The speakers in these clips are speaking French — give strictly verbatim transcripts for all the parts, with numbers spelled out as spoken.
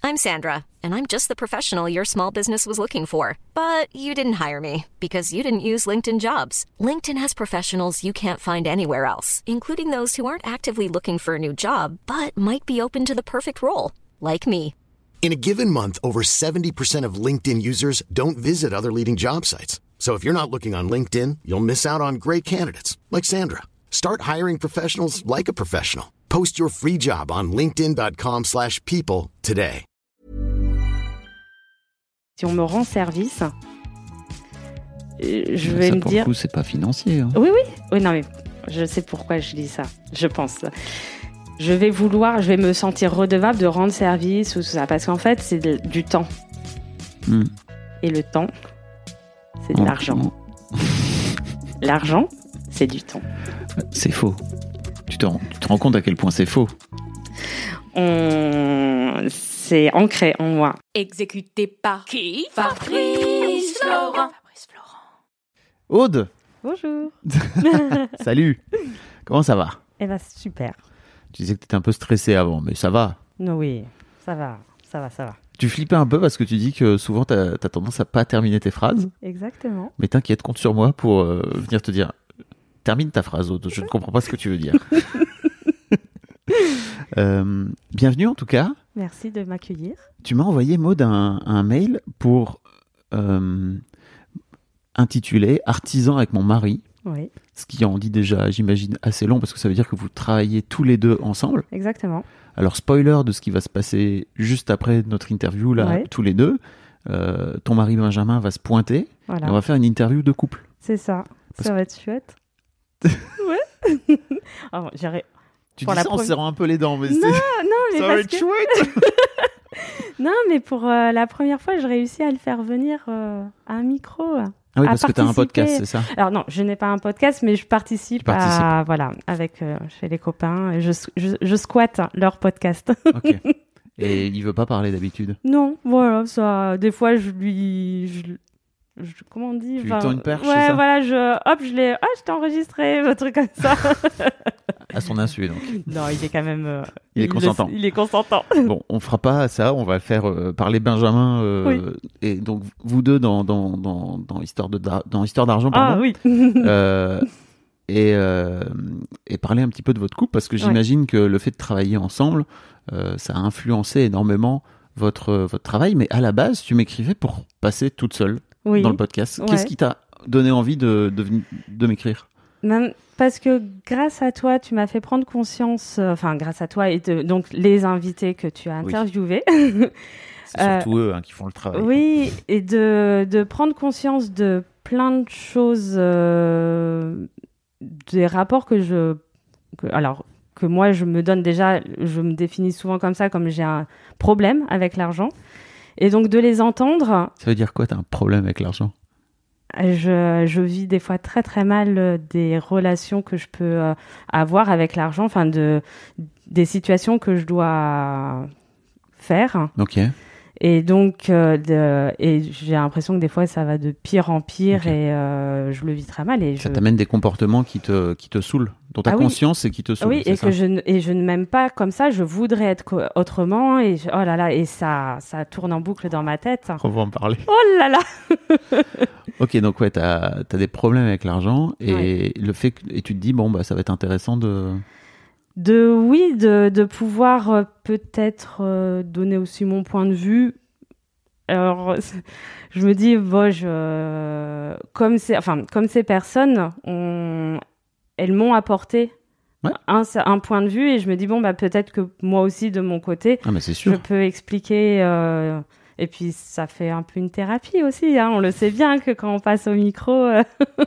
I'm Sandra, and I'm just the professional your small business was looking for. But you didn't hire me because you didn't use LinkedIn Jobs. LinkedIn has professionals you can't find anywhere else, including those who aren't actively looking for a new job, but might be open to the perfect role, like me. In a given month, over seventy percent of LinkedIn users don't visit other leading job sites. So if you're not looking on LinkedIn, you'll miss out on great candidates like Sandra. Start hiring professionals like a professional. Post your free job on linkedin dot com slash people today. Si on me rend service, je ça, vais me pour dire... le coup, c'est pas financier. Hein. Oui, oui. Oui, non, mais je sais pourquoi je dis ça, je pense. Je vais vouloir, je vais me sentir redevable de rendre service ou tout ça. Parce qu'en fait, c'est de, du temps. Hmm. Et le temps, c'est de Oh, l'argent. non. L'argent, c'est du temps. C'est faux. Tu te, rends, tu te rends compte à quel point c'est faux. On... C'est ancré en moi. Exécuté par qui? Fabrice Florent. Fabrice Florent. Aude. Bonjour. Salut. Comment ça va? Eh ben, super. Tu disais que tu étais un peu stressé avant, mais ça va. Non, oui, ça va, ça va, ça va. Tu flippais un peu parce que tu dis que souvent tu as tendance à pas terminer tes phrases. Exactement. Mais t'inquiète, compte sur moi pour euh, venir te dire termine ta phrase, Aude. Je ne comprends pas ce que tu veux dire. euh, bienvenue en tout cas. Merci de m'accueillir. Tu m'as envoyé, Maud, un, un mail pour euh, intitulé Artisan avec mon mari. Oui. Ce qui en dit déjà, j'imagine, assez long parce que ça veut dire que vous travaillez tous les deux ensemble. Exactement. Alors, spoiler de ce qui va se passer juste après notre interview, là, Ouais. tous les deux. Euh, ton mari Benjamin va se pointer Voilà. et on va faire une interview de couple. C'est ça. Parce Ça va être chouette. ouais. Oh, j'aurais... Tu Pour dis la ça en première- serrant un peu les dents, mais Non, c'est... non, mais ça va parce être que... chouette. Non, mais pour euh, la première fois, je réussis à le faire venir euh, à un micro. Ah oui, à parce que tu as un participer. podcast, c'est ça? Alors non, je n'ai pas un podcast, mais je participe, Tu participes. à... Voilà, avec... Euh, chez les copains. Et je, je, je squatte leur podcast. Ok. Et il veut pas parler d'habitude? Non, voilà, ça... Des fois, je lui... Je... je- comment on dit? Tu lui tends une perche, Ouais, c'est ça? voilà, je... Hop, je l'ai... Ah, je t'ai enregistré, un truc comme ça. À son insu, donc. Non, il est quand même... euh, Il est le- consentant. Il est consentant. Bon, on fera pas ça, on va faire euh, parler Benjamin euh, Oui. et donc vous deux dans dans dans, dans histoire de d'ar- dans histoire d'argent pardon. Ah oui. Euh, et euh, et parler un petit peu de votre couple parce que j'imagine que le fait de travailler ensemble euh, ça a influencé énormément votre votre travail, mais à la base tu m'écrivais pour passer toute seule Oui. dans le podcast. Ouais. Qu'est-ce qui t'a donné envie de de, veni- de m'écrire? Même parce que grâce à toi, tu m'as fait prendre conscience, euh, enfin grâce à toi et de, donc les invités que tu as Oui. interviewés, C'est Euh, surtout eux hein, qui font le travail. oui, et de, de prendre conscience de plein de choses, euh, des rapports que je, que, alors que moi je me donne déjà, je me définis souvent comme ça, comme j'ai un problème avec l'argent, et donc de les entendre. Ça veut dire quoi? T'as un problème avec l'argent? Je, je vis des fois très très mal euh, des relations que je peux euh, avoir avec l'argent, enfin de, des situations que je dois faire. Ok. Et donc, euh, de, et j'ai l'impression que des fois ça va de pire en pire Ok. et euh, je le vis très mal. Et Ça je... t'amène des comportements qui te, qui te saoulent, dont tu as Ah oui. conscience et qui te saoulent. Oui, c'est et ça que je ne, et je ne m'aime pas comme ça. Je voudrais être co- autrement. Et je- oh là là, et ça, ça tourne en boucle dans ma tête. On va en parler. Oh là là. Ok, donc ouais, tu as des problèmes avec l'argent et, Ouais. le fait que, et tu te dis, bon, bah, ça va être intéressant de... De oui, de, de pouvoir euh, peut-être euh, donner aussi mon point de vue. Alors, je me dis, bon, je, comme, c'est, enfin, comme ces personnes, on, elles m'ont apporté Ouais. un, un point de vue et je me dis, bon, bah, peut-être que moi aussi, de mon côté, Ah, mais c'est je sûr. peux expliquer. Euh, et puis, ça fait un peu une thérapie aussi. Hein, on le sait bien que quand on passe au micro, euh,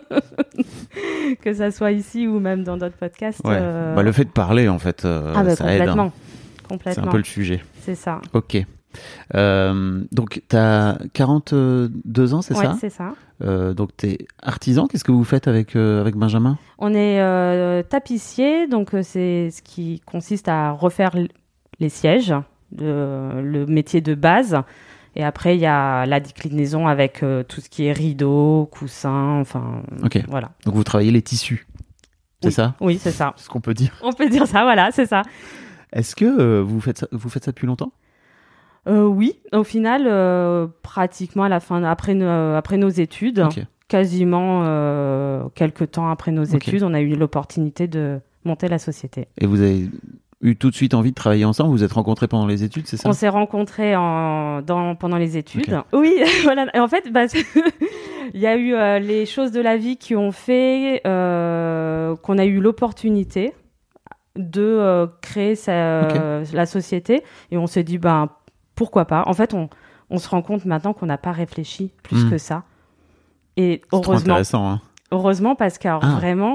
que ça soit ici ou même dans d'autres podcasts. Ouais. euh, Bah, le fait de parler, en fait, euh, ah bah, ça aide. complètement. hein. C'est Complètement. un peu le sujet. C'est ça. Ok. Euh, donc, tu as quarante-deux ans, c'est Ouais, ça c'est ça. euh, Donc, tu es artisan. Qu'est-ce que vous faites avec, euh, avec Benjamin? On est euh, tapissier, donc euh, c'est ce qui consiste à refaire l- les sièges, de- le métier de base. Et après, il y a la déclinaison avec euh, tout ce qui est rideaux, coussins, enfin, Ok. voilà. Donc, vous travaillez les tissus. C'est Oui. ça? Oui, c'est ça. C'est ce qu'on peut dire. On peut dire ça, voilà, c'est ça. Est-ce que euh, vous, faites ça, vous faites ça depuis longtemps? Euh, oui, au final, euh, pratiquement à la fin, après, no- après nos études, Ok. quasiment euh, quelques temps après nos Ok. études, on a eu l'opportunité de monter la société. Et vous avez eu tout de suite envie de travailler ensemble? Vous vous êtes rencontrés pendant les études, c'est ça? On s'est rencontrés en, dans, pendant les études. Ok. Oui, voilà. Et en fait, bah, il y a eu euh, les choses de la vie qui ont fait euh, qu'on a eu l'opportunité de euh, créer sa, Ok. la société. Et on s'est dit, ben, pourquoi pas. En fait, on, on se rend compte maintenant qu'on n'a pas réfléchi plus Mm. que ça. Et C'est trop heureusement, intéressant. Hein. heureusement parce que alors, Ah. vraiment,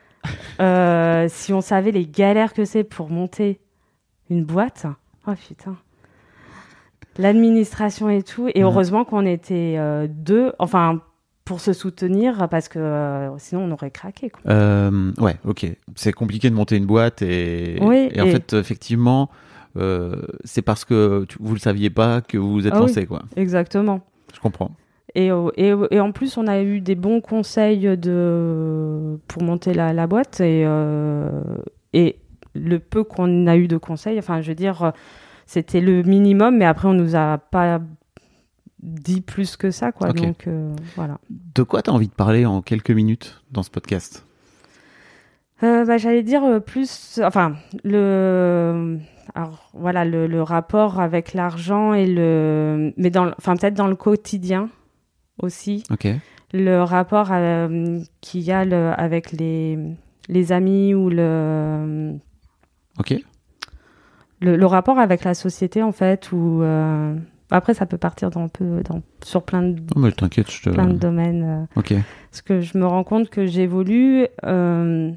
euh, si on savait les galères que c'est pour monter une boîte, oh putain, l'administration et tout, et Mhm. heureusement qu'on était euh, deux, enfin pour se soutenir parce que euh, sinon on aurait craqué, quoi. Euh, ouais, ok. C'est compliqué de monter une boîte et, Oui, et en et- fait, effectivement, euh, c'est parce que tu- vous le saviez pas que vous vous êtes Ah oui. lancé, quoi. Exactement. Je comprends. Et, euh, et, et en plus, on a eu des bons conseils de... pour monter la, la boîte. Et, euh, et le peu qu'on a eu de conseils, enfin, je veux dire, c'était le minimum, mais après, on nous a pas dit plus que ça, quoi. Ok. Donc, euh, voilà. De quoi tu as envie de parler en quelques minutes dans ce podcast? Euh, bah, j'allais dire euh, plus... Enfin, le... Alors, voilà, le, le rapport avec l'argent et le... Mais dans, le- enfin, peut-être dans le quotidien aussi. Ok. Le rapport euh, qu'il y a le- avec les, les amis ou le, Ok. le, le rapport avec la société, en fait, où... euh, après, ça peut partir dans, un peu, dans, sur plein de, Non, mais t'inquiète, je te. plein de domaines. euh, Ok. parce que je me rends compte que j'évolue euh,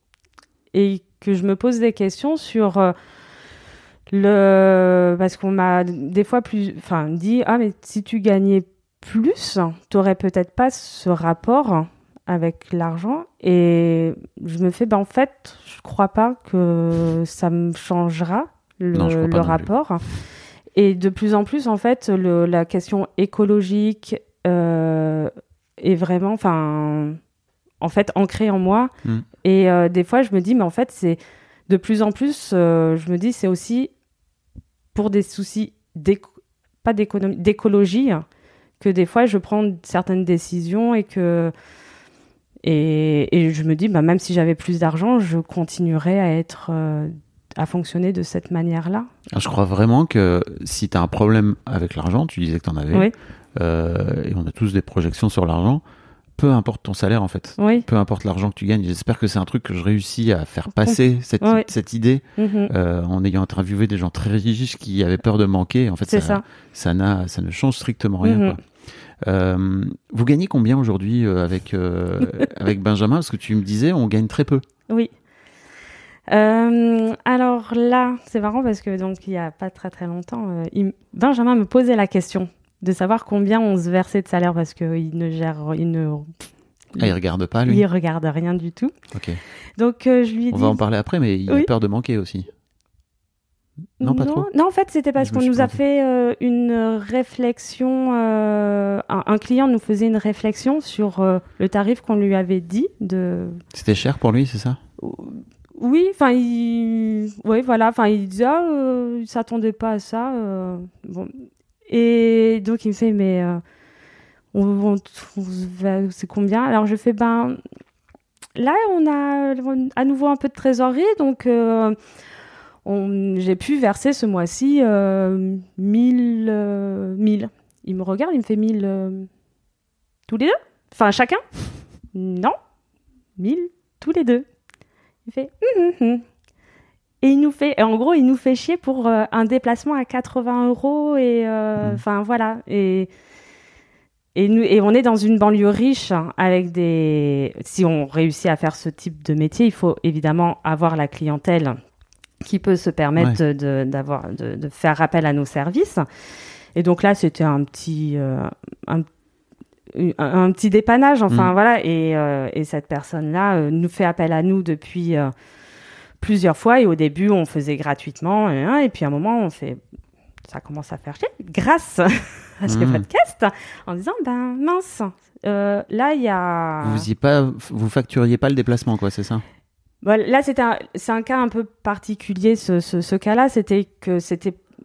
et que je me pose des questions sur euh, le... Parce qu'on m'a des fois plus, enfin, dit « Ah, mais si tu gagnais plus, t'aurais peut-être pas ce rapport avec l'argent. » Et je me fais « Ben, en fait, je crois pas que ça me changera le, Non, je crois pas le non plus. rapport. » Et de plus en plus, en fait, le, la question écologique euh, est vraiment, enfin, en fait, ancrée en moi. Mm. Et euh, des fois, je me dis, mais en fait, c'est de plus en plus, euh, je me dis, c'est aussi pour des soucis d'éco- pas d'économie, d'écologie, que des fois, je prends certaines décisions et que et, et je me dis, bah, même si j'avais plus d'argent, je continuerais à être euh, à fonctionner de cette manière-là. Alors, je crois vraiment que si tu as un problème avec l'argent, tu disais que tu en avais, Oui, euh, et on a tous des projections sur l'argent, peu importe ton salaire en fait, oui. peu importe l'argent que tu gagnes. J'espère que c'est un truc que je réussis à faire passer, cette, Ouais. cette idée, Mhm. euh, en ayant interviewé des gens très riches qui avaient peur de manquer. En fait, C'est ça, ça. ça, n'a, ça ne change strictement rien. Mhm. Quoi. Euh, vous gagnez combien aujourd'hui euh, avec, euh, avec Benjamin? Parce que tu me disais, on gagne très peu. Oui. Euh, alors là, c'est marrant parce que donc il y a pas très très longtemps, euh, il- Benjamin me posait la question de savoir combien on se versait de salaire parce qu'il ne gère, il ne, Ah, il regarde pas, lui? il regarde rien du tout. Ok. Donc euh, je lui ai On dit. va en parler après, mais il Oui. a peur de manquer aussi. Non, pas trop. Non, en fait, c'était parce Je me qu'on suis nous a planté. fait euh, une réflexion. euh, un, un client nous faisait une réflexion sur euh, le tarif qu'on lui avait dit de. C'était cher pour lui, c'est ça? Oui, enfin, il, ouais, voilà, enfin, il disait, ah, euh, il s'attendait pas à ça. euh, bon, et donc il me fait, mais euh, on, on- on se va- c'est combien? Alors je fais, ben, là, on a à nouveau un peu de trésorerie, donc euh, on- j'ai pu verser ce mois-ci euh, mille, euh, mille. Il me regarde, il me fait mille euh, tous les deux? Enfin, chacun? Non, mille tous les deux. Il fait hum, hum, hum. Et il nous fait, et en gros, il nous fait chier pour euh, un déplacement à quatre-vingts euros et euh, Mhm. enfin voilà. Et et nous et on est dans une banlieue riche hein, avec des. Si on réussit à faire ce type de métier, il faut évidemment avoir la clientèle qui peut se permettre Ouais. de, d'avoir de, de faire appel à nos services. Et donc là, c'était un petit euh, un, un, un petit dépannage, enfin Mhm. voilà. Et, euh, et cette personne-là euh, nous fait appel à nous depuis euh, plusieurs fois. Et au début, on faisait gratuitement. Et, hein, et puis à un moment, on fait, ça commence à faire chier grâce à ce Mhm. podcast en disant, ben mince, euh, là il y a. Vous faisiez pas, vous facturiez pas le déplacement, quoi, c'est ça? Bon, là, c'était un, c'est un cas un peu particulier, ce, ce, ce cas-là. C'était que c'était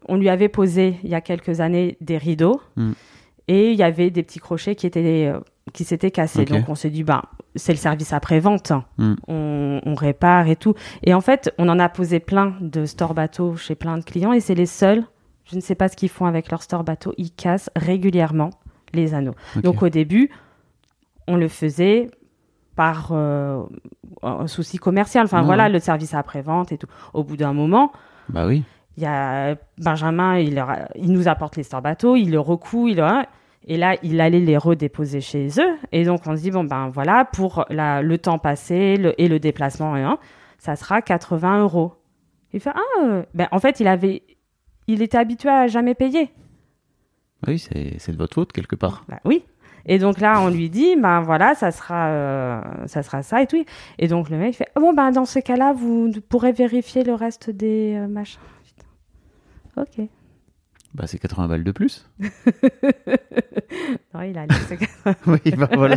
on lui avait posé il y a quelques années des rideaux mm. et il y avait des petits crochets qui étaient euh, qui s'étaient cassés. Okay. Donc on s'est dit ben c'est le service après-vente, mm. on, on répare et tout. Et en fait on en a posé plein de store bateaux chez plein de clients et c'est les seuls. Je ne sais pas ce qu'ils font avec leur store bateau, ils cassent régulièrement les anneaux. Okay. Donc au début, on le faisait par euh, un souci commercial. Enfin non, voilà, ouais. le service après-vente et tout. Au bout d'un moment, bah oui. Il y a Benjamin, il, leur a, il nous apporte les store bateaux, il le recoue, il le, et là il allait les redéposer chez eux. Et donc on se dit bon ben voilà pour la, le temps passé le, et le déplacement, hein, ça sera quatre-vingts euros. Il fait ah euh, ben en fait il avait Il était habitué à jamais payer. Oui, c'est, c'est de votre faute, quelque part. Bah, oui. Et donc là, on lui dit, ben voilà, ça sera, euh, ça sera ça et tout. Et donc le mec fait, oh, bon, ben dans ce cas-là, vous pourrez vérifier le reste des euh, machins. Ok. Bah, c'est quatre-vingts balles de plus. Non, il a laissé quatre-vingts. Oui, bah voilà.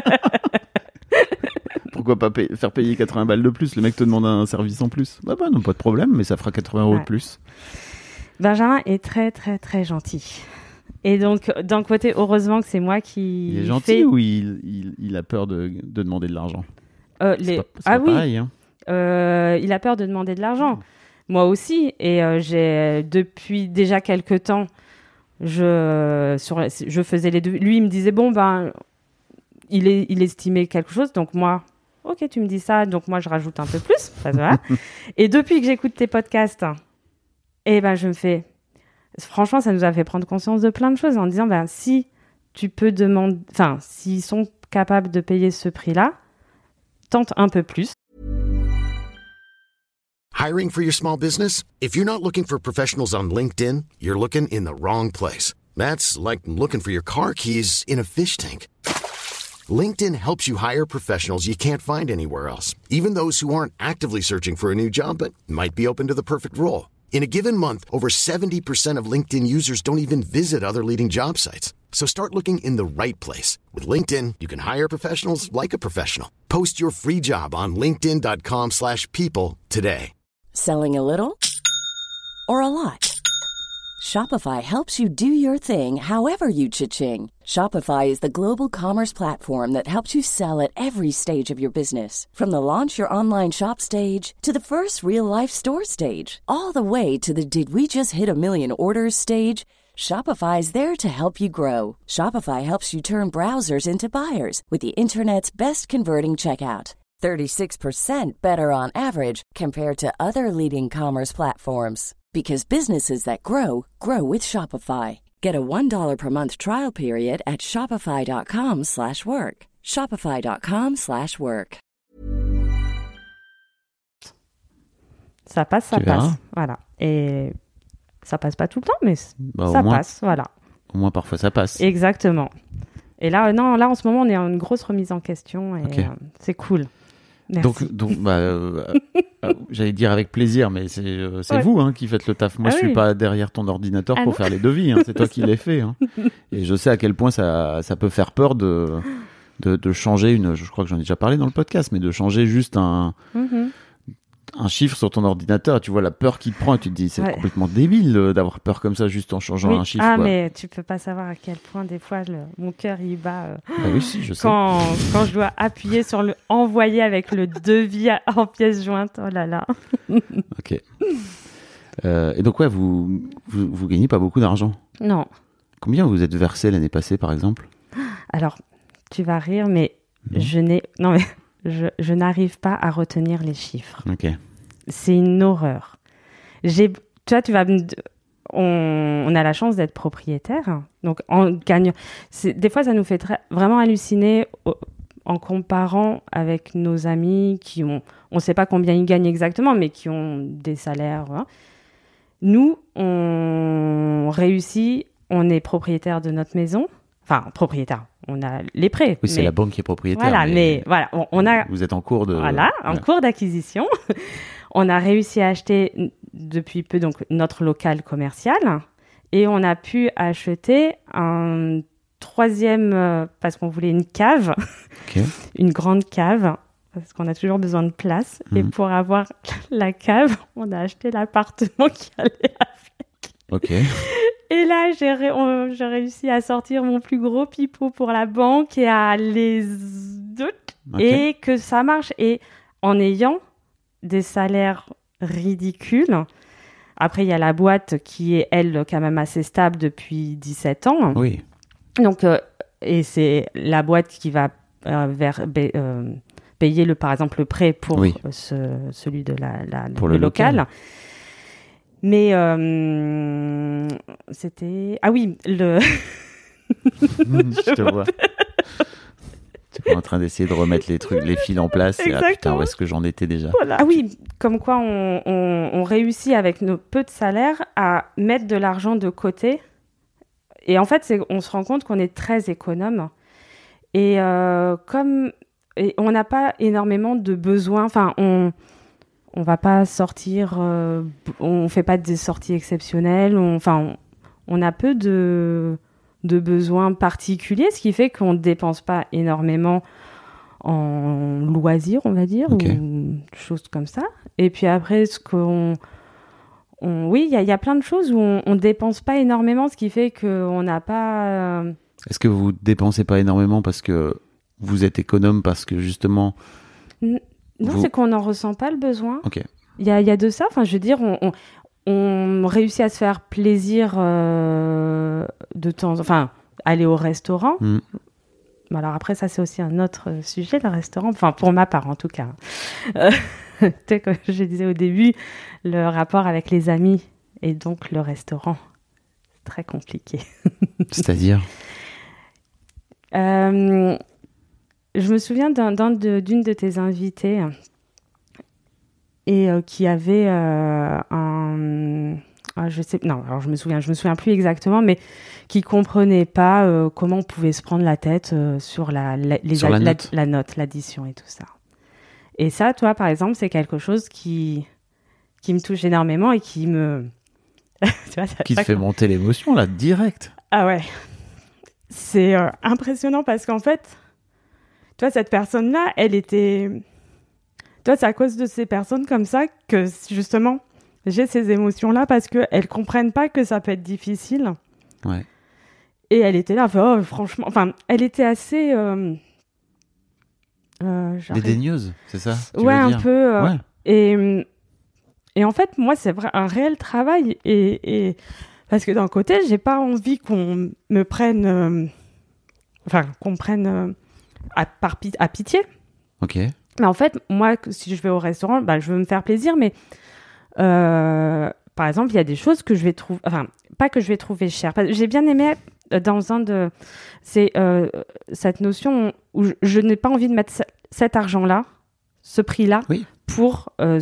Pourquoi pas payer, faire payer quatre-vingts balles de plus? Le mec te demande un service en plus. Bah, bah non, pas de problème, mais ça fera quatre-vingts euros ouais. de plus. Benjamin est très, très, très gentil. Et donc, d'un côté, heureusement que c'est moi qui. Il est gentil fait... ou il, il, il a peur de, de demander de l'argent? euh, les... C'est pas, c'est ah pas oui. pareil, hein. euh, il a peur de demander de l'argent. Mmh. Moi aussi. Et euh, j'ai, depuis déjà quelques temps, je, sur, je faisais les deux. Lui, il me disait bon, ben, il, est, il estimait quelque chose. Donc, moi, ok, tu me dis ça. Donc, moi, je rajoute un peu plus. Voilà. Et depuis que j'écoute tes podcasts, et ben, je me fais. Franchement, ça nous a fait prendre conscience de plein de choses en disant, ben, si tu peux demander, enfin, s'ils sont capables de payer ce prix-là, tente un peu plus. Hiring for your small business? If you're not looking for professionals on LinkedIn, you're looking in the wrong place. That's like looking for your car keys in a fish tank. LinkedIn helps you hire professionals you can't find anywhere else, even those who aren't actively searching for a new job but might be open to the perfect role. In a given month, over seventy percent of LinkedIn users don't even visit other leading job sites. So start looking in the right place. With LinkedIn, you can hire professionals like a professional. Post your free job on linkedin.com slash people today. Selling a little or a lot? Shopify helps you do your thing however you cha-ching. Shopify is the global commerce platform that helps you sell at every stage of your business. From the launch your online shop stage to the first real-life store stage, all the way to the did we just hit a million orders stage. Shopify is there to help you grow. Shopify helps you turn browsers into buyers with the internet's best converting checkout. thirty-six percent better on average compared to other leading commerce platforms. Because businesses that grow, grow with Shopify. Get a one dollar per month trial period at shopify.com slash work. Shopify.com slash work. Ça passe, ça tu passe. Verras. Voilà. Et ça passe pas tout le temps, mais bah, ça moins, passe. Voilà. Au moins, parfois, ça passe. Exactement. Et là, non, là, en ce moment, on est en une grosse remise en question et okay. euh, c'est cool. Merci. Donc, donc bah, euh, euh, j'allais dire avec plaisir, mais c'est, euh, c'est ouais. vous hein, qui faites le taf. Moi, ah je oui. suis pas derrière ton ordinateur ah pour non. faire les devis. Hein. C'est toi qui les fais. Hein. Et je sais à quel point ça, ça peut faire peur de, de, de changer une. Je crois que j'en ai déjà parlé dans le podcast, mais de changer juste un. Mm-hmm. un chiffre sur ton ordinateur, tu vois la peur qu'il te prend et tu te dis c'est ouais. complètement débile d'avoir peur comme ça juste en changeant oui. un chiffre. Ah quoi. Mais tu peux pas savoir à quel point des fois le, mon cœur il bat euh, bah oui, si, je quand, sais. quand je dois appuyer sur le envoyer avec le devis en pièces jointes. Oh là là. Ok. Euh, et donc ouais, vous, vous vous gagnez pas beaucoup d'argent. Non. Combien vous êtes versé l'année passée par exemple? Alors tu vas rire mais non. je n'ai non mais Je, je n'arrive pas à retenir les chiffres. Ok. C'est une horreur. J'ai, tu vois, tu vas, on, on a la chance d'être propriétaire, donc en gagnant. C'est, des fois, ça nous fait très, vraiment halluciner au, en comparant avec nos amis qui ont, on ne sait pas combien ils gagnent exactement, mais qui ont des salaires. Hein. Nous, on réussit, on est propriétaire de notre maison. Enfin, propriétaire, on a les prêts. Oui, mais... c'est la banque qui est propriétaire. Voilà, mais, mais voilà, on, on a... Vous êtes en cours de... Voilà, en ouais. cours d'acquisition. On a réussi à acheter depuis peu donc, notre local commercial et on a pu acheter un troisième, euh, parce qu'on voulait une cave, okay. une grande cave, parce qu'on a toujours besoin de place. Mmh. Et pour avoir la cave, on a acheté l'appartement qui allait avec. Ok. Et là, j'ai, ré- on- j'ai réussi à sortir mon plus gros pipeau pour la banque et à les doutes Okay. et que ça marche. Et en ayant des salaires ridicules, après, il y a la boîte qui est, elle, quand même assez stable depuis dix-sept ans. Oui. Donc, euh, et c'est la boîte qui va euh, vers, ba- euh, payer, le, par exemple, le prêt pour Oui. euh, ce, celui de la, la, Pour le local. Mais euh, c'était... Ah oui, le... Je te vois. Tu es en train d'essayer de remettre les trucs, les fils en place. Et, ah putain, Exactement. où est-ce que j'en étais déjà? Voilà. Ah oui, comme quoi on, on, on réussit avec nos peu de salaire à mettre de l'argent de côté. Et en fait, c'est, on se rend compte qu'on est très économe. Et euh, comme et on n'a pas énormément de besoins, enfin, on on va pas sortir, euh, on fait pas des sorties exceptionnelles. On, enfin, on, on a peu de de besoins particuliers, ce qui fait qu'on ne dépense pas énormément en loisirs, on va dire, Ok. ou choses comme ça. Et puis après, ce qu'on... on- oui, il y, a- il y a plein de choses où on ne dépense pas énormément, ce qui fait qu'on n'a pas... euh, Est-ce que vous dépensez pas énormément parce que vous êtes économe, parce que justement... Non, Vous- c'est qu'on n'en ressent pas le besoin. Ok. Il y a, il y a de ça. Enfin, je veux dire, on, on, on réussit à se faire plaisir euh, de temps... Enfin, aller au restaurant. Mm. Bon, alors après, ça, c'est aussi un autre euh, sujet, le restaurant. Enfin, pour ma part, en tout cas. Euh, tu sais, comme je disais au début, le rapport avec les amis et donc le restaurant, c'est très compliqué. C'est-à-dire? Euh, je me souviens d'un, d'un de, d'une de tes invitées et euh, qui avait euh, un... ah, je sais, non, alors je me souviens, je me souviens plus exactement, mais qui comprenait pas euh, comment on pouvait se prendre la tête euh, sur la, la, les Sur la la- note. la note, l'addition et tout ça. Et ça, toi, par exemple, c'est quelque chose qui, qui me touche énormément et qui me... tu vois, ça- Qui te ça- fait monter l'émotion, là, direct. Ah ouais. C'est euh, impressionnant parce qu'en fait, toi, cette personne-là, elle était... Toi, c'est à cause de ces personnes comme ça que, justement, j'ai ces émotions-là parce qu'elles comprennent pas que ça peut être difficile. Ouais. Et elle était là, enfin, oh, franchement... Enfin, elle était assez... Euh, euh, j'arrive- Dédaigneuse, c'est ça? tu Ouais, veux un dire peu. euh, Ouais. Et, et en fait, moi, c'est vrai, un réel travail. Et, et parce que d'un côté, j'ai pas envie qu'on me prenne, euh, enfin, qu'on me prenne euh, à, par pi- à pitié. Ok. Mais en fait, moi, que- si je vais au restaurant, bah, je veux me faire plaisir. Mais euh, par exemple, il y a des choses que je vais trouver, enfin, pas que je vais trouver chères. Parce que j'ai bien aimé euh, dans un de, c'est euh, cette notion où je, je n'ai pas envie de mettre ce- cet argent-là, ce prix-là, Oui. pour euh,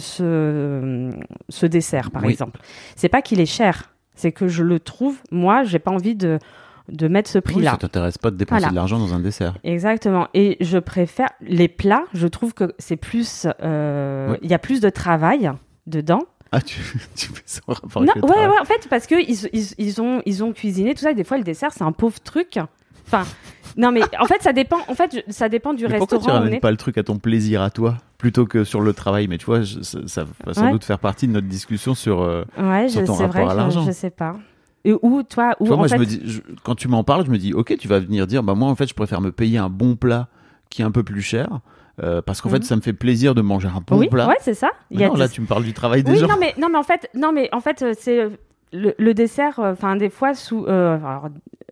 ce, ce dessert, par Oui. exemple. C'est pas qu'il est cher, c'est que je le trouve, moi, j'ai pas envie de, de mettre ce Oui, prix-là. ça t'intéresse pas de dépenser Voilà. de l'argent dans un dessert. Exactement. Et je préfère les plats, je trouve que c'est plus, euh, Oui. il y a plus de travail dedans. Ah, tu, tu fais ça en rapport Non, avec le ouais, travail. ouais, en fait, parce que ils, ils, ils ont, ils ont cuisiné tout ça. Et des fois, le dessert, c'est un pauvre truc. Enfin, non, mais en fait, ça dépend. En fait, je- ça dépend du Mais pourquoi tu restaurant où on ramènes est. pas le truc à ton plaisir à toi plutôt que sur le travail? Mais tu vois, je- ça, ça va sans Ouais. doute faire partie de notre discussion sur. euh, Ouais, sur je, ton c'est vrai, rapport à l'argent. je, je sais pas. Et où, toi, où Tu vois, en moi, fait, je me dis, je- quand tu m'en parles, je me dis, ok, tu vas venir dire, bah moi, en fait, je préfère me payer un bon plat qui est un peu plus cher, euh, parce qu'en Mhm. fait, ça me fait plaisir de manger un bon oui, plat. ouais, c'est ça. Il Mais y a non, des- là, tu me parles du travail des oui, gens. non, mais non, mais en fait, non, mais en fait, euh, c'est euh, le, le dessert. Enfin, des fois, sous, euh, alors,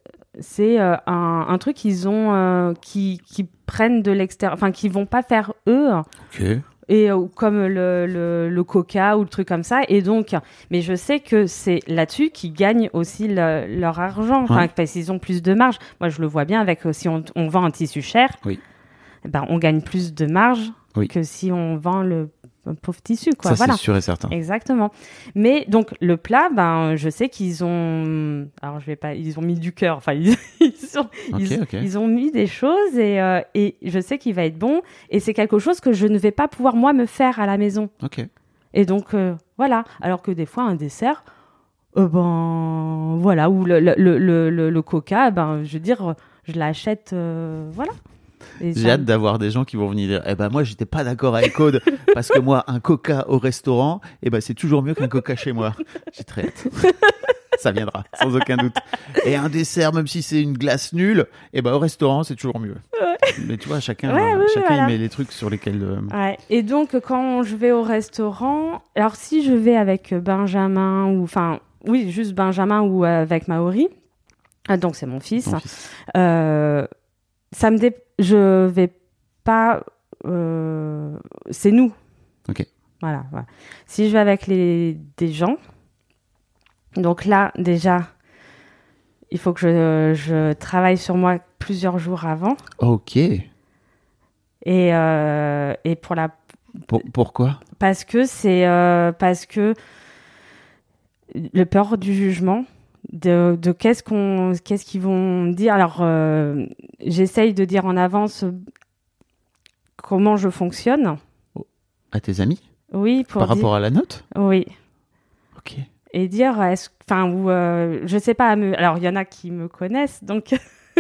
c'est euh, un, un truc qu'ils ont, euh, qui, qui prennent de l'extérieur, enfin, qui vont pas faire eux. Ok. Et euh, comme le, le, le coca ou le truc comme ça. Et donc, mais je sais que c'est là-dessus qu'ils gagnent aussi le- leur argent, enfin, Ouais. parce qu'ils ont plus de marge. Moi, je le vois bien avec euh, si on, on vend un tissu cher, Oui. eh ben, on gagne plus de marge Oui. que si on vend le un pauvre tissu, quoi. Ça, Voilà. c'est sûr et certain. Exactement. Mais donc le plat, ben je sais qu'ils ont, alors je vais pas, ils ont mis du cœur. Enfin ils, ils, ont, Ok, ils, ok. ils ont mis des choses et euh, et je sais qu'il va être bon et c'est quelque chose que je ne vais pas pouvoir moi me faire à la maison. Ok. Et donc euh, voilà. Alors que des fois un dessert, euh, ben voilà, ou le le, le, le, le- le coca, ben je veux dire, je l'achète, euh, voilà. Et J'ai ça- hâte d'avoir des gens qui vont venir dire, eh ben moi, j'étais pas d'accord avec Aude, parce que moi, un coca au restaurant, eh ben c'est toujours mieux qu'un coca chez moi. J'ai très hâte. Ça viendra, sans aucun doute. Et un dessert, même si c'est une glace nulle, eh ben, au restaurant, c'est toujours mieux. Ouais. Mais tu vois, chacun, ouais, euh, oui, chacun voilà. il met les trucs sur lesquels... Euh... Ouais. Et donc, quand je vais au restaurant, alors si je vais avec Benjamin, ou enfin, oui, juste Benjamin ou avec Maori, donc c'est mon fils, Mon fils. Euh, ça me dé... je vais pas... Euh... C'est nous. Ok. Voilà, voilà. Si je vais avec les... des gens, donc là, déjà, il faut que je, je travaille sur moi plusieurs jours avant. Ok. Et, euh, et pour la... Pour, pourquoi ? Parce que c'est... Euh, parce que le peur du jugement, de, de qu'est-ce qu'on, qu'est-ce qu'ils vont dire. Alors, euh, j'essaye de dire en avance comment je fonctionne. À tes amis ? Oui, pour Par dire... rapport à la note ? Oui. Ok. Et dire, est-ce, enfin, ou euh, je sais pas. Me... Alors, il y en a qui me connaissent, donc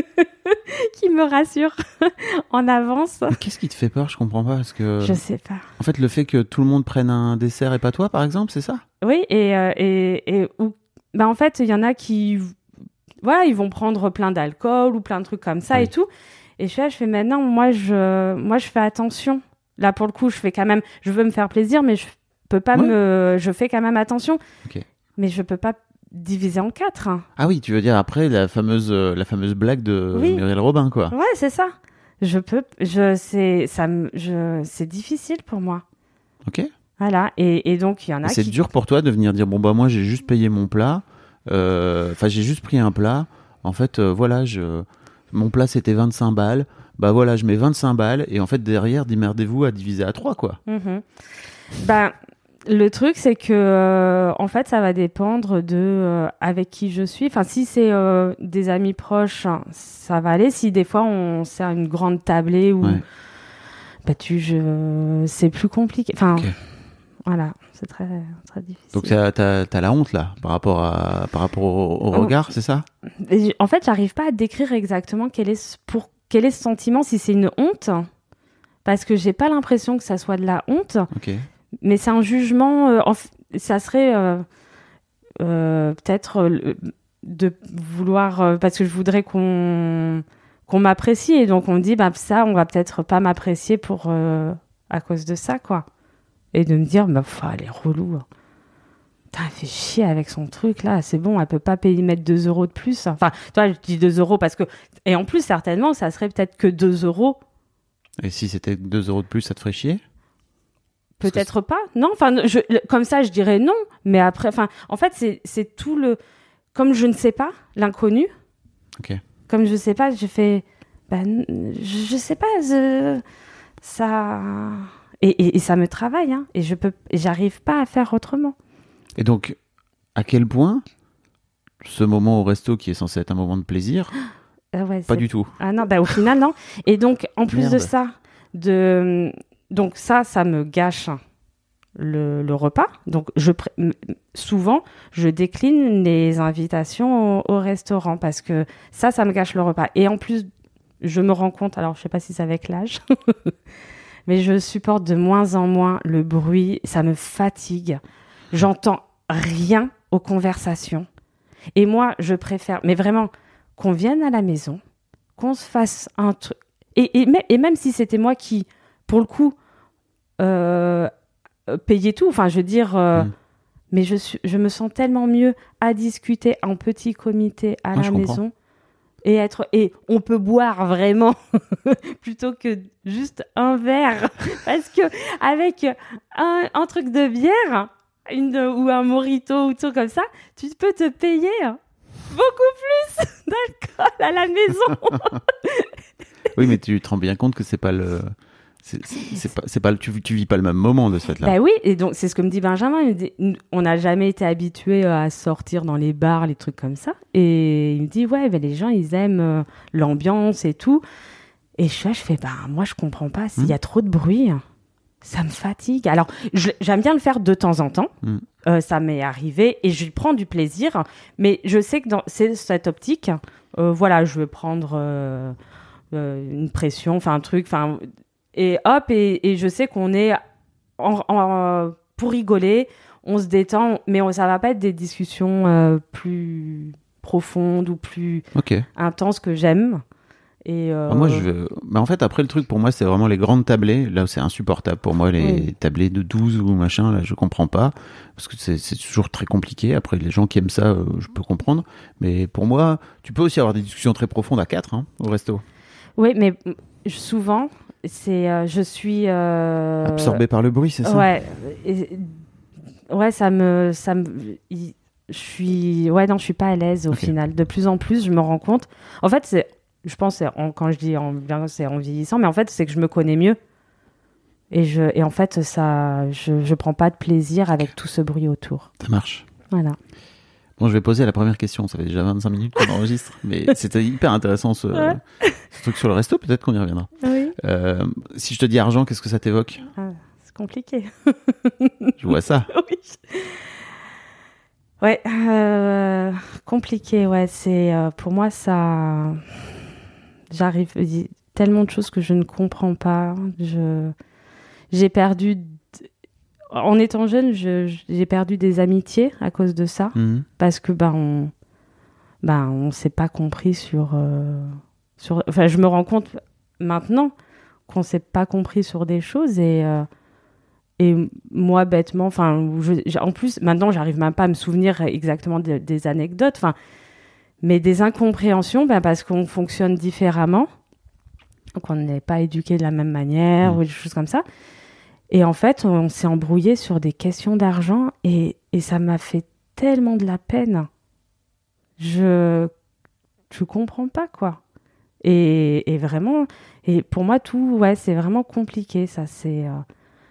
qui me rassurent en avance. Mais qu'est-ce qui te fait peur ? Je comprends pas parce que. Je sais pas. En fait, le fait que tout le monde prenne un dessert et pas toi, par exemple, c'est ça ? Oui, et euh, et et ou, bah en fait, il y en a qui, voilà, ils vont prendre plein d'alcool ou plein de trucs comme ça oui. et tout. Et je fais, je fais maintenant, moi, je, moi, je fais attention. Là, pour le coup, je fais quand même, je veux me faire plaisir, mais je peux pas ouais. me, je fais quand même attention. Ok. Mais je peux pas diviser en quatre. Ah oui, tu veux dire après la fameuse, euh, la fameuse blague de Oui. Muriel Robin, quoi. Ouais, c'est ça. Je peux, je, c'est, ça me, je, c'est difficile pour moi. Ok. Voilà. Et, et donc, il y en a Et c'est qui... dur pour toi de venir dire, bon, bah, moi, j'ai juste payé mon plat. Enfin, euh, j'ai juste pris un plat. En fait, euh, voilà, je, mon plat, c'était vingt-cinq balles. Bah voilà, je mets vingt-cinq balles. Et en fait, derrière, démerdez-vous à diviser à trois, quoi. Mm-hmm. Ben, le truc, c'est que, euh, en fait, ça va dépendre de euh, avec qui je suis. Enfin, si c'est euh, des amis proches, ça va aller. Si des fois, on sert une grande tablée ou, Ouais. bah, tu, je, c'est plus compliqué. Enfin, Ok. voilà, c'est très, très difficile. Donc, t'as, t'as, t'as la honte, là, par rapport, à, par rapport au, au Oh. regard, c'est ça ? Et j- en fait, j'arrive pas à décrire exactement quel est ce, pour quel est ce sentiment, si c'est une honte, parce que j'ai pas l'impression que ça soit de la honte. Ok. Mais c'est un jugement, euh, en f- ça serait euh, euh, peut-être euh, de vouloir, euh, parce que je voudrais qu'on qu'on m'apprécie, et donc on me dit, bah ça, on va peut-être pas m'apprécier pour euh, à cause de ça, quoi. Et de me dire, bah pff, elle est relou. hein. Putain, elle fait chier avec son truc, là, c'est bon, elle peut pas payer, mettre deux euros de plus. Enfin, toi, je dis deux euros parce que... Et en plus, certainement, ça serait peut-être que deux euros. Et si c'était deux euros de plus, ça te ferait chier ? Parce que Peut-être pas. Non, enfin, je, le- comme ça, je dirais non. Mais après, enfin, en fait, c'est, c'est tout le. Comme je ne sais pas, l'inconnu. Ok. Comme je ne sais pas, je fais. Ben, je, je sais pas. je- ça. Et, et, et ça me travaille, hein. Et je peux. Et j'arrive pas à faire autrement. Et donc, à quel point ce moment au resto qui est censé être un moment de plaisir, Euh, ouais, pas c'est- du tout. Ah non, bah, au final, non. Et donc, en plus Merde. de ça, de... donc ça, ça me gâche le, le repas. Donc, je pré- m- souvent, je décline les invitations au, au restaurant parce que ça, ça me gâche le repas. Et en plus, je me rends compte, alors je sais pas si c'est avec l'âge, mais je supporte de moins en moins le bruit. Ça me fatigue. J'entends rien aux conversations. Et moi, je préfère, mais vraiment, qu'on vienne à la maison, qu'on se fasse un truc. Et, et, mê- et même si c'était moi qui, pour le coup, euh, euh, payais tout, enfin, je veux dire, euh, Mm. mais je, suis, je me sens tellement mieux à discuter en petit comité à Ouais, la je comprends. maison. Et, être, et on peut boire vraiment plutôt que juste un verre. Parce que avec un, un truc de bière une, ou un mojito ou tout comme ça, tu peux te payer beaucoup plus d'alcool à la maison. Oui, mais tu te rends bien compte que c'est pas le. C'est, c'est, c'est pas, c'est pas le, tu, tu vis pas le même moment de ce fait-là. Bah oui, et donc c'est ce que me dit Benjamin. Il me dit, on n'a jamais été habitués à sortir dans les bars, les trucs comme ça. Et il me dit, ouais, ben les gens, ils aiment euh, l'ambiance et tout. Et je, je fais, bah moi, je comprends pas. S'il y a trop de bruit, ça me fatigue. Alors, je- j'aime bien le faire de temps en temps. Mm. Euh, ça m'est arrivé et je prends du plaisir. Mais je sais que dans c'est cette optique, euh, voilà, je veux prendre euh, euh, une pression, enfin un truc, enfin... Et hop, et, et je sais qu'on est en, en- pour rigoler, on se détend, mais on, ça va pas être des discussions euh, plus profondes ou plus okay. intenses que j'aime. Et euh... moi, je veux... mais en fait, après, le truc pour moi, c'est vraiment les grandes tablées. Là, c'est insupportable pour moi, les oui. tablées de douze ou machin. Là, je comprends pas parce que c'est, c'est toujours très compliqué. Après, les gens qui aiment ça, euh, je peux comprendre. Mais pour moi, tu peux aussi avoir des discussions très profondes à quatre hein, au resto. Oui, mais souvent, c'est, euh, je suis euh... absorbé par le bruit, c'est ça? Ouais, et, ouais, ça me, ça me, je suis, ouais, non, je suis pas à l'aise au okay. final. De plus en plus, je me rends compte. En fait, c'est, je pense, c'est en, quand je dis en, c'est en vieillissant, mais en fait, c'est que je me connais mieux. Et je, et en fait, ça, je, je prends pas de plaisir avec tout ce bruit autour. Ça marche. Voilà. Bon, je vais poser la première question. Ça fait déjà vingt-cinq minutes qu'on enregistre, mais c'était hyper intéressant ce, ouais. ce truc sur le resto. Peut-être qu'on y reviendra. Oui. Euh, si je te dis argent, qu'est-ce que ça t'évoque? Ah, c'est compliqué. Je vois ça. Oui. Ouais, euh, compliqué. Ouais, c'est euh, pour moi ça. J'arrive il y a tellement de choses que je ne comprends pas. Je j'ai perdu. En étant jeune, je, j'ai perdu des amitiés à cause de ça, mmh. parce que ben on, ben on s'est pas compris sur, euh, sur. Enfin, je me rends compte maintenant qu'on s'est pas compris sur des choses et euh, et moi bêtement, enfin, en plus maintenant, j'arrive même pas à me souvenir exactement de, des anecdotes, enfin, mais des incompréhensions, ben parce qu'on fonctionne différemment, qu'on n'est pas éduqué de la même manière mmh. ou des choses comme ça. Et en fait, on s'est embrouillé sur des questions d'argent et, et ça m'a fait tellement de la peine. Je je comprends pas, quoi. Et, et vraiment, et pour moi, tout, ouais, c'est vraiment compliqué, ça. C'est, euh,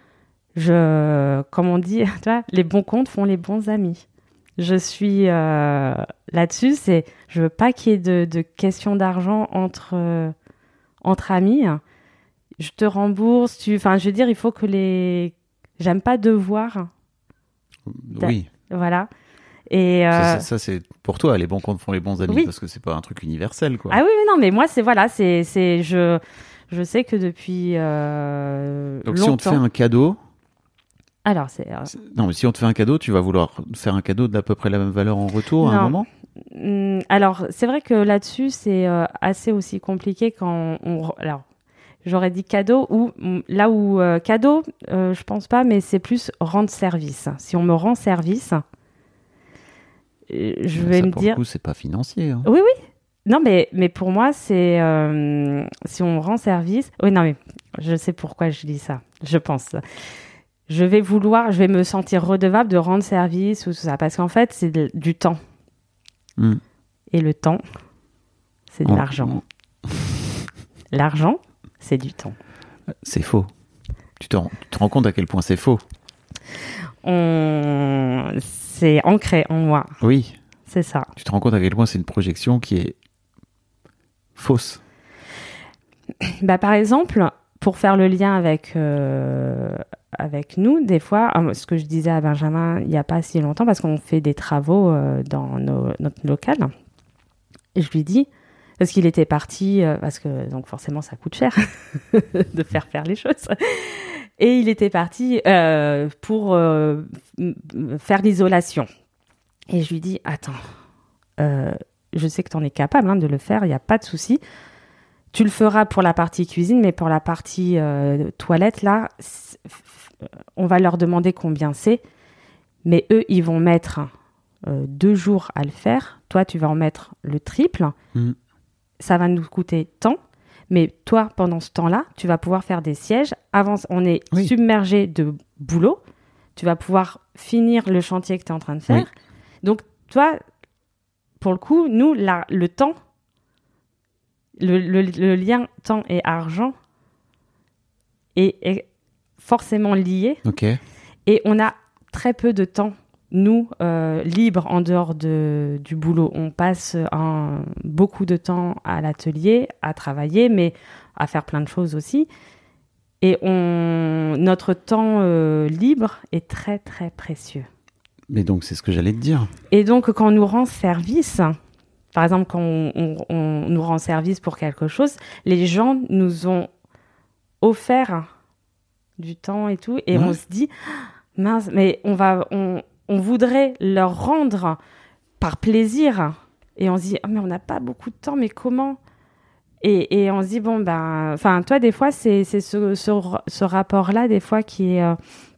je, comme on dit, tu vois, les bons comptes font les bons amis. Je suis euh, là-dessus, c'est, je veux pas qu'il y ait de, de questions d'argent entre, euh, entre amis. Je te rembourse, tu... Enfin, je veux dire, il faut que les... J'aime pas devoir. Oui. Voilà. Et euh... ça, ça, ça, c'est pour toi, les bons comptes font les bons amis, oui. parce que c'est pas un truc universel, quoi. Ah oui, mais non, mais moi, c'est... Voilà, c'est... c'est je... je sais que depuis euh, Donc, longtemps... si on te fait un cadeau... Alors, c'est... Euh... c'est... Non, mais si on te fait un cadeau, tu vas vouloir faire un cadeau d'à peu près la même valeur en retour non. à un moment? Mmh, alors, c'est vrai que là-dessus, c'est euh, assez aussi compliqué quand on... Alors, j'aurais dit cadeau, ou là où euh, cadeau, euh, je pense pas, mais c'est plus rendre service. Si on me rend service, euh, je vais ça, me pour dire. Le coup, c'est pas financier. Hein. Oui, oui. Non, mais, mais pour moi, c'est euh, si on rend service. Oui, non, mais je sais pourquoi je dis ça. Je pense. Je vais vouloir, je vais me sentir redevable de rendre service ou tout ça, parce qu'en fait, c'est de, du temps. Mm. Et le temps, c'est de oh. l'argent. L'argent. C'est du temps. C'est faux. Tu te, rends, tu te rends compte à quel point c'est faux? On... C'est ancré en moi. Oui. C'est ça. Tu te rends compte à quel point c'est une projection qui est fausse? Bah, par exemple, pour faire le lien avec, euh, avec nous, des fois, ce que je disais à Benjamin il n'y a pas si longtemps, parce qu'on fait des travaux euh, dans nos, notre local, et je lui dis... Parce qu'il était parti, euh, parce que donc forcément ça coûte cher de faire faire les choses. Et il était parti euh, pour euh, faire l'isolation. Et je lui dis, attends, euh, je sais que tu en es capable hein, de le faire, il n'y a pas de souci. Tu le feras pour la partie cuisine, mais pour la partie euh, toilette, là, on va leur demander combien c'est. Mais eux, ils vont mettre euh, deux jours à le faire. Toi, tu vas en mettre le triple. Mmh. Ça va nous coûter tant, mais toi, pendant ce temps-là, tu vas pouvoir faire des sièges. Avant, on est oui. submergé de boulot. Tu vas pouvoir finir le chantier que tu es en train de faire. Oui. Donc, toi, pour le coup, nous, la, le temps, le, le, le lien temps et argent est, est forcément lié. Okay. Et on a très peu de temps. Nous, euh, libres en dehors de, du boulot, on passe un, beaucoup de temps à l'atelier, à travailler, mais à faire plein de choses aussi. Et on, notre temps euh, libre est très, très précieux. Mais donc, c'est ce que j'allais te dire. Et donc, quand on nous rend service, par exemple, quand on, on, on nous rend service pour quelque chose, les gens nous ont offert du temps et tout, et ouais. on se dit... mince, mais on va, on, on voudrait leur rendre par plaisir. Et on se dit, oh, mais on n'a pas beaucoup de temps, mais comment ? Et, et on se dit, bon, ben, enfin, toi, des fois, c'est, c'est ce, ce, ce rapport-là, des fois, qui est, euh,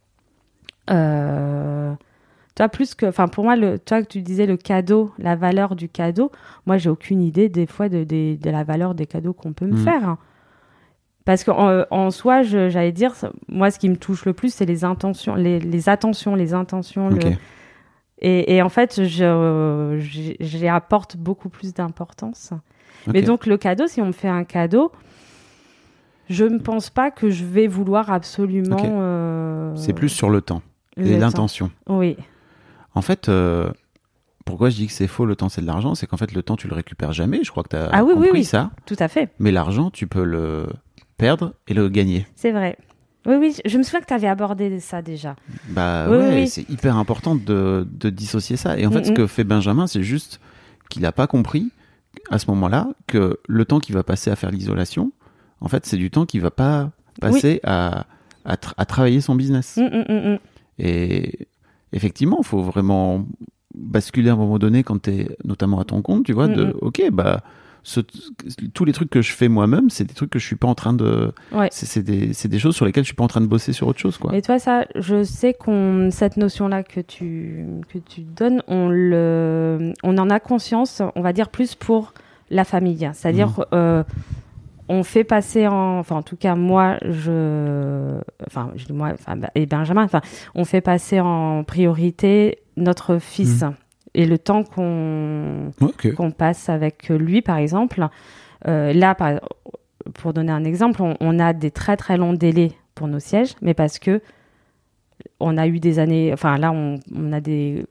euh, toi, plus que, enfin, pour moi, le, toi, que tu disais le cadeau, la valeur du cadeau, moi, j'ai aucune idée, des fois, de, de, de la valeur des cadeaux qu'on peut me Mmh. faire. Parce qu'en en soi, je, j'allais dire, moi, ce qui me touche le plus, c'est les intentions, les, les attentions, les intentions. Ok. Le... Et, et en fait, je, je, j'y apporte beaucoup plus d'importance. Ok. Mais donc, le cadeau, si on me fait un cadeau, je ne pense pas que je vais vouloir absolument... Ok. euh, C'est plus sur le temps le et temps. l'intention. Oui, En fait, euh, pourquoi je dis que c'est faux, le temps c'est de l'argent, c'est qu'en fait le temps tu le récupères jamais, je crois que tu as Ah oui, oui, compris oui. ça, tout à fait. mais l'argent tu peux le perdre et le gagner. C'est vrai. Oui, oui, je me souviens que tu avais abordé ça déjà. Bah Oui, ouais, oui, oui. c'est hyper important de, de dissocier ça. Et en fait, Mm-mm. ce que fait Benjamin, c'est juste qu'il n'a pas compris à ce moment-là que le temps qu'il va passer à faire l'isolation, en fait, c'est du temps qu'il va pas passer à, à, tra- à travailler son business. Mm, mm, mm, mm. Et effectivement, il faut vraiment basculer à un moment donné quand tu es notamment à ton compte, tu vois, de Mhm. ok, bah, ce- tous les trucs que je fais moi-même, c'est des trucs que je suis pas en train de. Ouais. C'est, c'est, des, c'est des choses sur lesquelles je suis pas en train de bosser sur autre chose, quoi. Et toi, ça, je sais qu'on cette notion-là que tu que tu donnes, on le, on en a conscience, on va dire plus pour la famille. C'est-à-dire, Mhm. euh, on fait passer en, enfin en tout cas moi, je, enfin je dis moi, enfin bah, et Benjamin, enfin on fait passer en priorité notre fils Mhm. et le temps qu'on Ok. qu'on passe avec lui, par exemple. Euh, là, par, pour donner un exemple, on, on a des très très longs délais pour nos sièges, mais parce que on a eu des années, enfin là, on, on a des,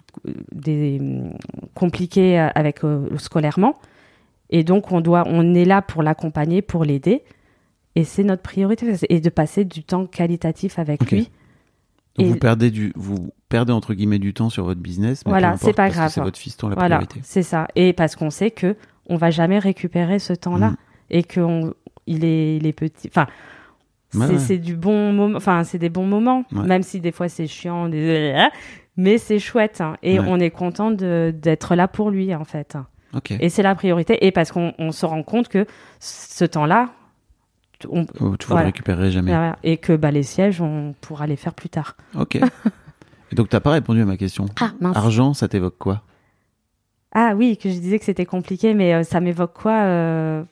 des hum, compliqués avec euh, scolairement, et donc on doit, on est là pour l'accompagner, pour l'aider, et c'est notre priorité, et de passer du temps qualitatif avec Ok. lui. Donc Et- vous perdez du, vous perdez entre guillemets du temps sur votre business, mais Voilà, peu importe, c'est pas parce que grave. c'est votre fiston la Voilà, priorité. c'est ça. Et parce qu'on sait que on va jamais récupérer ce temps-là Mhm. et que on- il est, il est petit. Enfin, Ouais, c'est, ouais. c'est du bon moment. Enfin, c'est des bons moments, Ouais. même si des fois c'est chiant, des... mais c'est chouette. Hein. Et Ouais. on est content de, d'être là pour lui en fait. Ok. Et c'est la priorité. Et parce qu'on on se rend compte que ce temps-là, on, Oh, tu ne voilà. le récupérerai jamais. voilà. Et que bah, les sièges, on pourra les faire plus tard. Ok. Et donc, tu n'as pas répondu à ma question. Ah, mince. Argent, ça t'évoque quoi? Ah oui, que je disais que c'était compliqué, mais euh, ça m'évoque quoi euh...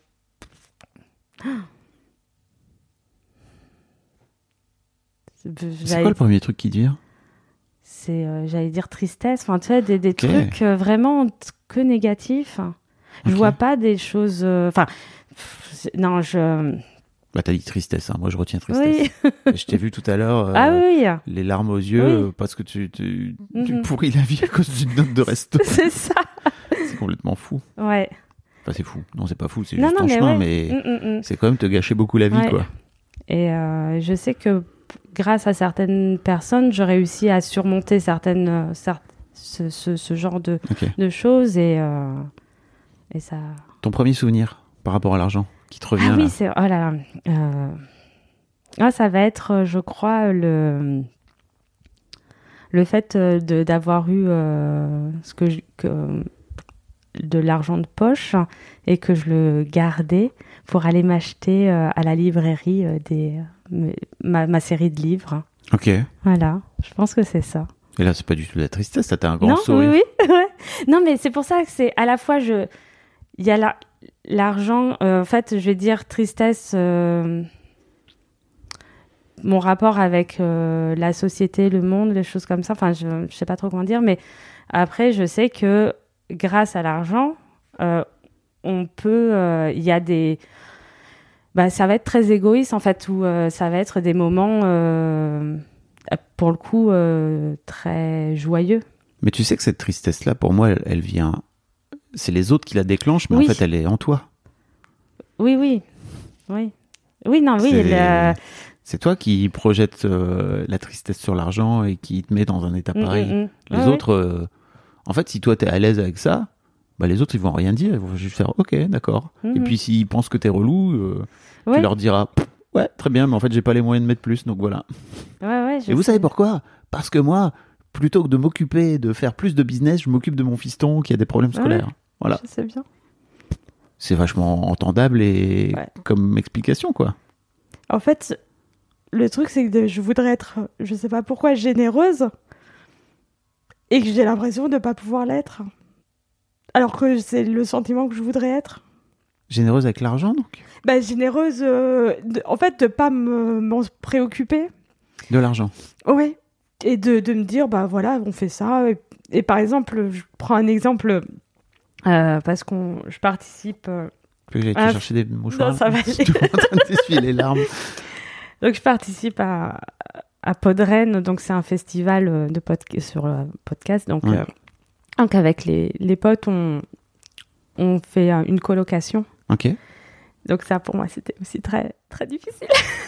C'est J'allais- quoi le premier truc qui te vient? c'est, euh, j'allais dire tristesse, enfin tu sais, des, des Ok. trucs euh, vraiment t- que négatifs. Je Ok. vois pas des choses. euh, Enfin, pff, c'est- non, je. Bah, t'as dit tristesse, hein. Moi je retiens tristesse. Oui. Et je t'ai vu tout à l'heure, euh, Ah oui, les larmes aux yeux, Oui. euh, parce que tu, tu, tu Mhm. pourris la vie à cause d'une note de resto. c'est ça. C'est complètement fou. Ouais. Enfin, c'est fou. Non, c'est pas fou, c'est Non, juste non, en mais chemin, ouais. mais Mm, mm, mm. c'est quand même te gâcher beaucoup la vie, Ouais. quoi. Et euh, je sais que grâce à certaines personnes, je réussis à surmonter certaines, euh, cer- ce, ce, ce genre de, Ok. de choses et, euh, et ça. Ton premier souvenir par rapport à l'argent qui te revient Ah là. oui, c'est. Oh là là. Euh, ah, ça va être, euh, je crois, le, le fait euh, de, d'avoir eu euh, ce que je- que, de l'argent de poche et que je le gardais pour aller m'acheter euh, à la librairie euh, des, mes- ma, ma série de livres. Ok. Et Voilà, je pense que c'est ça. là, c'est pas du tout de la tristesse, là, t'as un grand Non, sourire. oui, oui. ouais. Non, mais c'est pour ça que c'est à la fois, je... il y a la... l'argent, euh, en fait, je vais dire tristesse, euh, mon rapport avec euh, la société, le monde, les choses comme ça, enfin, je ne sais pas trop comment dire, mais après, je sais que grâce à l'argent, euh, on peut, euh, il y a des... Bah, ça va être très égoïste, en fait, où euh, ça va être des moments, euh, pour le coup, euh, très joyeux. Mais tu sais que cette tristesse-là, pour moi, elle, elle vient... C'est les autres qui la déclenchent, mais Oui. en fait, elle est en toi. Oui, oui. Oui. Oui, non, oui. C'est- le- C'est toi qui projette euh, la tristesse sur l'argent et qui te met dans un état Mm, pareil. mm, mm. Les Ouais, autres, euh, en fait, si toi t'es à l'aise avec ça, bah les autres ils vont rien dire, ils vont juste faire ok, d'accord. Mhm. Et puis s'ils pensent que t'es relou, euh, ouais. tu leur diras Ouais, très bien, mais en fait, j'ai pas les moyens de mettre plus, donc voilà. Ouais, ouais. Et vous savez pourquoi ? Parce que moi, plutôt que de m'occuper de faire plus de business, je m'occupe de mon fiston qui a des problèmes scolaires. Ouais, voilà. Je sais bien. C'est vachement entendable et ouais. comme explication, quoi. En fait, le truc, c'est que je voudrais être, je sais pas pourquoi, généreuse et que j'ai l'impression de pas pouvoir l'être. Alors que c'est le sentiment que je voudrais être. Généreuse avec l'argent, donc ? Bah, généreuse, euh, de, en fait, de pas me, m'en préoccuper. De l'argent. Oui. Et de, de me dire, bah voilà, on fait ça. Et, et par exemple, je prends un exemple, euh, parce que je participe... Euh, que j'ai été à... chercher des mouchoirs. Non, ça va. Je suis en train de t'essuyer les larmes. Donc, je participe à, à Podren, donc c'est un festival de podca- sur euh, podcast. Donc, ouais. euh, donc, avec les, les potes, on, on fait euh, une colocation. Ok. Donc ça, pour moi, c'était aussi très, très difficile.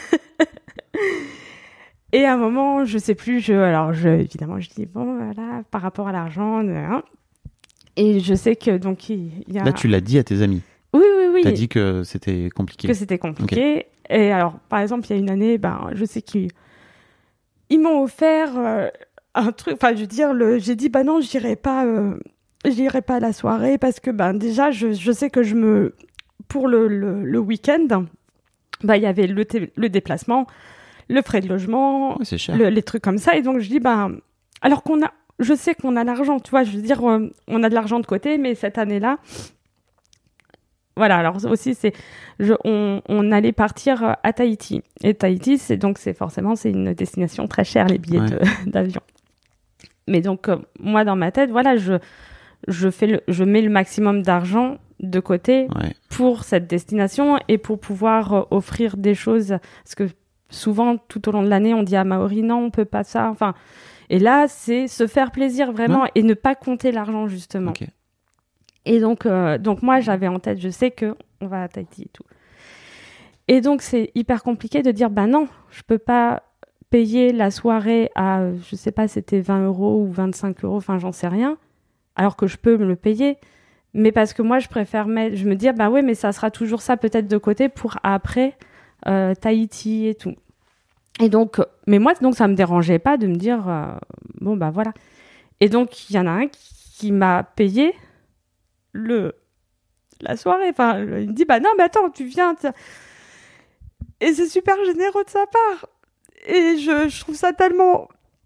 Et à un moment, je sais plus, je, alors je, évidemment, je dis, bon, voilà, par rapport à l'argent, hein, et je sais que, donc, il y a... Là, tu l'as dit à tes amis ? Oui, oui, oui. T'as dit que c'était compliqué. Que c'était compliqué. Okay. Et alors, par exemple, il y a une année, ben, je sais qu'ils ils m'ont offert euh, un truc, enfin, je veux dire, le, j'ai dit, bah non, j'irai pas, euh, j'irai pas à la soirée parce que, ben, déjà, je, je sais que je me... Pour le, le, le week-end, bah, il y avait le, t- le déplacement, le frais de logement, ouais, c'est cher. Le, les trucs comme ça. Et donc, je dis, bah, alors qu'on a, je sais qu'on a l'argent, tu vois, je veux dire, euh, on a de l'argent de côté, mais cette année-là, voilà, alors aussi, c'est, je, on, on allait partir à Tahiti. Et Tahiti, c'est donc, c'est forcément, c'est une destination très chère, les billets ouais. de, d'avion. Mais donc, euh, moi, dans ma tête, voilà, je, je, fais le, je mets le maximum d'argent de côté ouais. pour cette destination et pour pouvoir euh, offrir des choses, parce que souvent tout au long de l'année on dit à Maori non on peut pas ça, enfin et là c'est se faire plaisir vraiment ouais. et ne pas compter l'argent justement. Okay. Et donc euh, donc moi j'avais en tête, je sais que on va à Tahiti et tout, et donc c'est hyper compliqué de dire bah non je peux pas payer la soirée à je sais pas c'était vingt euros ou vingt-cinq euros, enfin j'en sais rien, alors que je peux me le payer. Mais parce que moi, je préfère mettre... Je me dis, bah ouais, mais ça sera toujours ça peut-être de côté pour après euh, Tahiti et tout. Et donc... Mais moi, donc, ça me dérangeait pas de me dire, euh, bon, bah voilà. Et donc, il y en a un qui, qui m'a payé le... la soirée. Enfin, il me dit, bah non, mais attends, tu viens... T'as... Et c'est super généreux de sa part. Et je, je trouve ça tellement...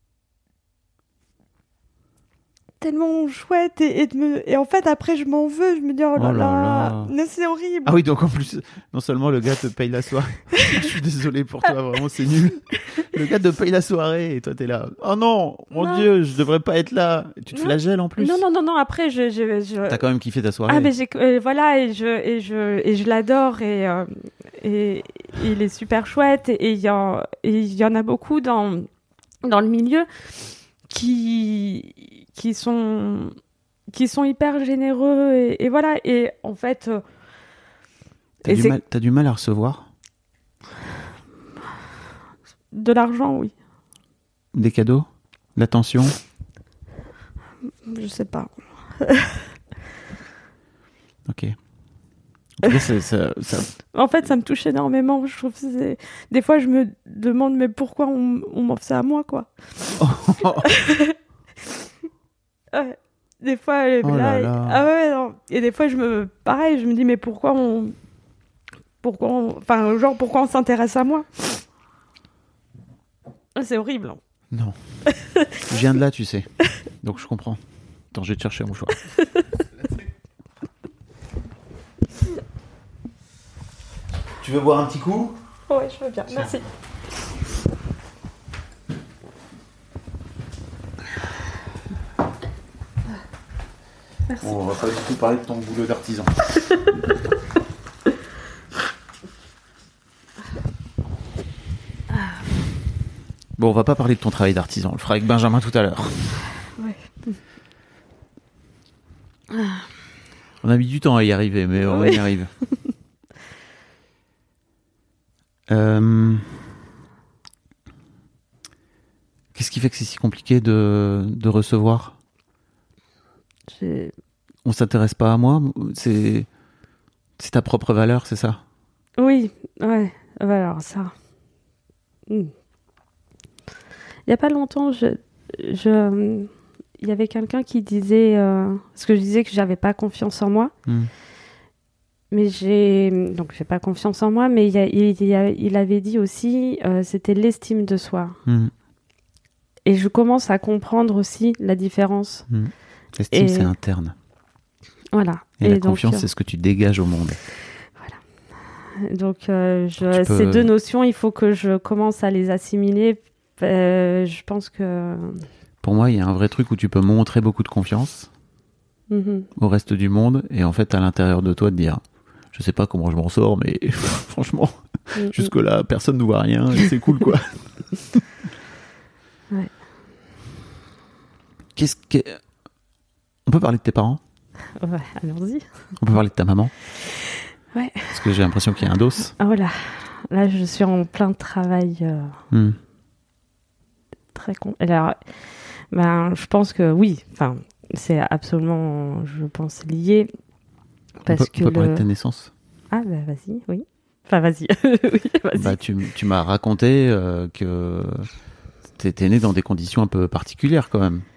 tellement chouette et, et, de me... et en fait après je m'en veux, je me dis oh là, oh là là mais c'est horrible. Ah oui, donc en plus non seulement le gars te paye la soirée je suis désolé pour toi, vraiment c'est nul, le gars te paye la soirée et toi t'es là oh non mon non. Dieu je devrais pas être là, et tu te non. flagelles en plus. Non non non non après je, je, je... t'as quand même kiffé ta soirée. Ah mais j'ai euh, voilà et je et je et je l'adore et euh, et, et il est super chouette et il y en et il y en a beaucoup dans dans le milieu qui qui sont qui sont hyper généreux et, et voilà et en fait euh, t'as, et du c'est... mal, t'as du mal à recevoir de l'argent, oui. Des cadeaux, l'attention, je sais pas. Ok. En, cas, c'est, ça, ça... en fait, ça me touche énormément. Je trouve que c'est... Des fois, je me demande mais pourquoi on, on m'offre ça à moi, quoi. Ouais. Des fois, elle est oh là, là là. Et... ah ouais, non. Et des fois, je me, pareil, je me dis mais pourquoi on, pourquoi, on... enfin, genre pourquoi on s'intéresse à moi. C'est horrible. Hein. Non. Je viens de là, tu sais. Donc je comprends. Attends, je vais te chercher un mouchoir. Tu veux boire un petit coup ? Ouais, je veux bien. Tiens. Merci. Merci. Bon, on va pas du tout parler de ton boulot d'artisan. Bon, on va pas parler de ton travail d'artisan. On le fera avec Benjamin tout à l'heure. Ouais. On a mis du temps à y arriver, mais on ouais. y arrive. euh... Qu'est-ce qui fait que c'est si compliqué de, de recevoir ? J'ai... On s'intéresse pas à moi, c'est... c'est ta propre valeur, c'est ça ? Oui, ouais. Alors ça. Hmm. Il n'y a pas longtemps, je, je, il y avait quelqu'un qui disait, euh, parce que je disais que j'avais pas confiance en moi, mm. mais j'ai, donc j'ai pas confiance en moi, mais il, y a, il, y a, il avait dit aussi, euh, c'était l'estime de soi. Mm. Et je commence à comprendre aussi la différence. Mm. L'estime, Et... c'est interne. Voilà. Et, Et la donc, confiance, euh... c'est ce que tu dégages au monde. Donc, euh, je, peux... ces deux notions, il faut que je commence à les assimiler. Euh, je pense que... Pour moi, il y a un vrai truc où tu peux montrer beaucoup de confiance mm-hmm. au reste du monde et en fait, à l'intérieur de toi, te dire je sais pas comment je m'en sors, mais franchement, mm-hmm. jusque-là, personne ne voit rien et c'est cool, quoi. Ouais. Qu'est-ce que... On peut parler de tes parents ? Ouais, allons-y. On peut parler de ta maman ? Ouais. Parce que j'ai l'impression qu'il y a un dos. Oh là, là je suis en plein travail euh, mm. très con. Alors, ben, je pense que oui, enfin, c'est absolument, je pense, lié. Parce on peut, que on peut parler le... de ta naissance. Ah ben vas-y, oui. Enfin vas-y. oui, vas-y. Bah, tu, tu m'as raconté euh, que tu étais né dans des conditions un peu particulières quand même.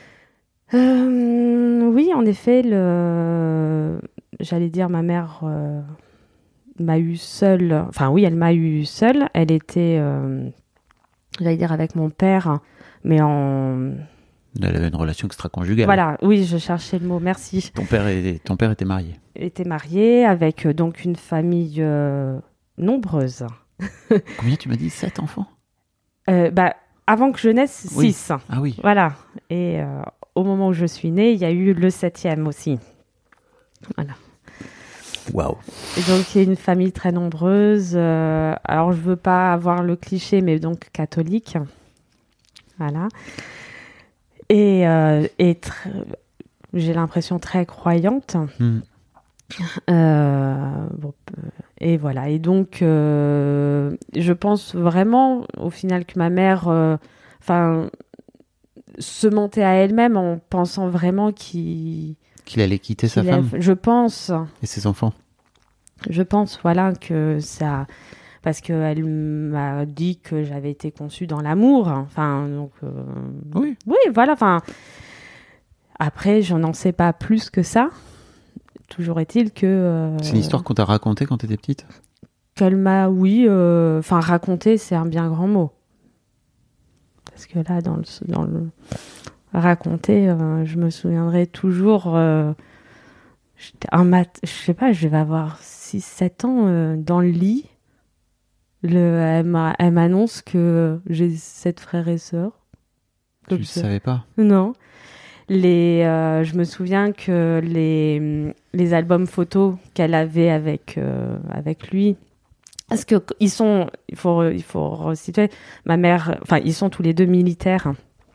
Euh, oui, en effet, le... j'allais dire ma mère euh, m'a eu seule. Enfin oui, elle m'a eu seule. Elle était, euh, j'allais dire avec mon père, mais en... Elle avait une relation extra-conjugale. Voilà, oui, je cherchais le mot, merci. Ton père, est, ton père était marié. Elle était mariée avec euh, donc une famille euh, nombreuse. Combien tu m'as dit ? Sept enfants ? euh, bah, Avant que je naisse, oui. six. Ah oui. Voilà. Et euh, au moment où je suis née, il y a eu le septième aussi. Voilà. Waouh. Et donc, il y a une famille très nombreuse. Euh, alors, je ne veux pas avoir le cliché, mais donc catholique. Voilà. Et, euh, et tr- j'ai l'impression très croyante. Mm. Euh, bon, et voilà. Et donc, euh, je pense vraiment, au final, que ma mère, enfin, euh, se mentait à elle-même en pensant vraiment qu'il qu'il allait quitter qu'il sa femme. A, je pense. Et ses enfants. Je pense, voilà, que ça, parce que elle m'a dit que j'avais été conçue dans l'amour. Enfin, donc. Euh, oui. Oui, voilà. Enfin. Après, je n'en sais pas plus que ça. Toujours est-il que... Euh, c'est une histoire qu'on t'a racontée quand t'étais petite ? Qu'elle m'a, oui... Enfin, euh, raconter, c'est un bien grand mot. Parce que là, dans le, dans le raconter, euh, je me souviendrai toujours... Euh, j'étais un mat, je sais pas, je vais avoir six sept ans euh, dans le lit. Le, elle, m'a, elle m'annonce que j'ai sept frères et sœurs. Tu ne savais pas ? Non. Les, euh, je me souviens que les, les albums photos qu'elle avait avec, euh, avec lui, parce que ils sont, il faut, il faut resituer, ma mère, enfin, ils sont tous les deux militaires.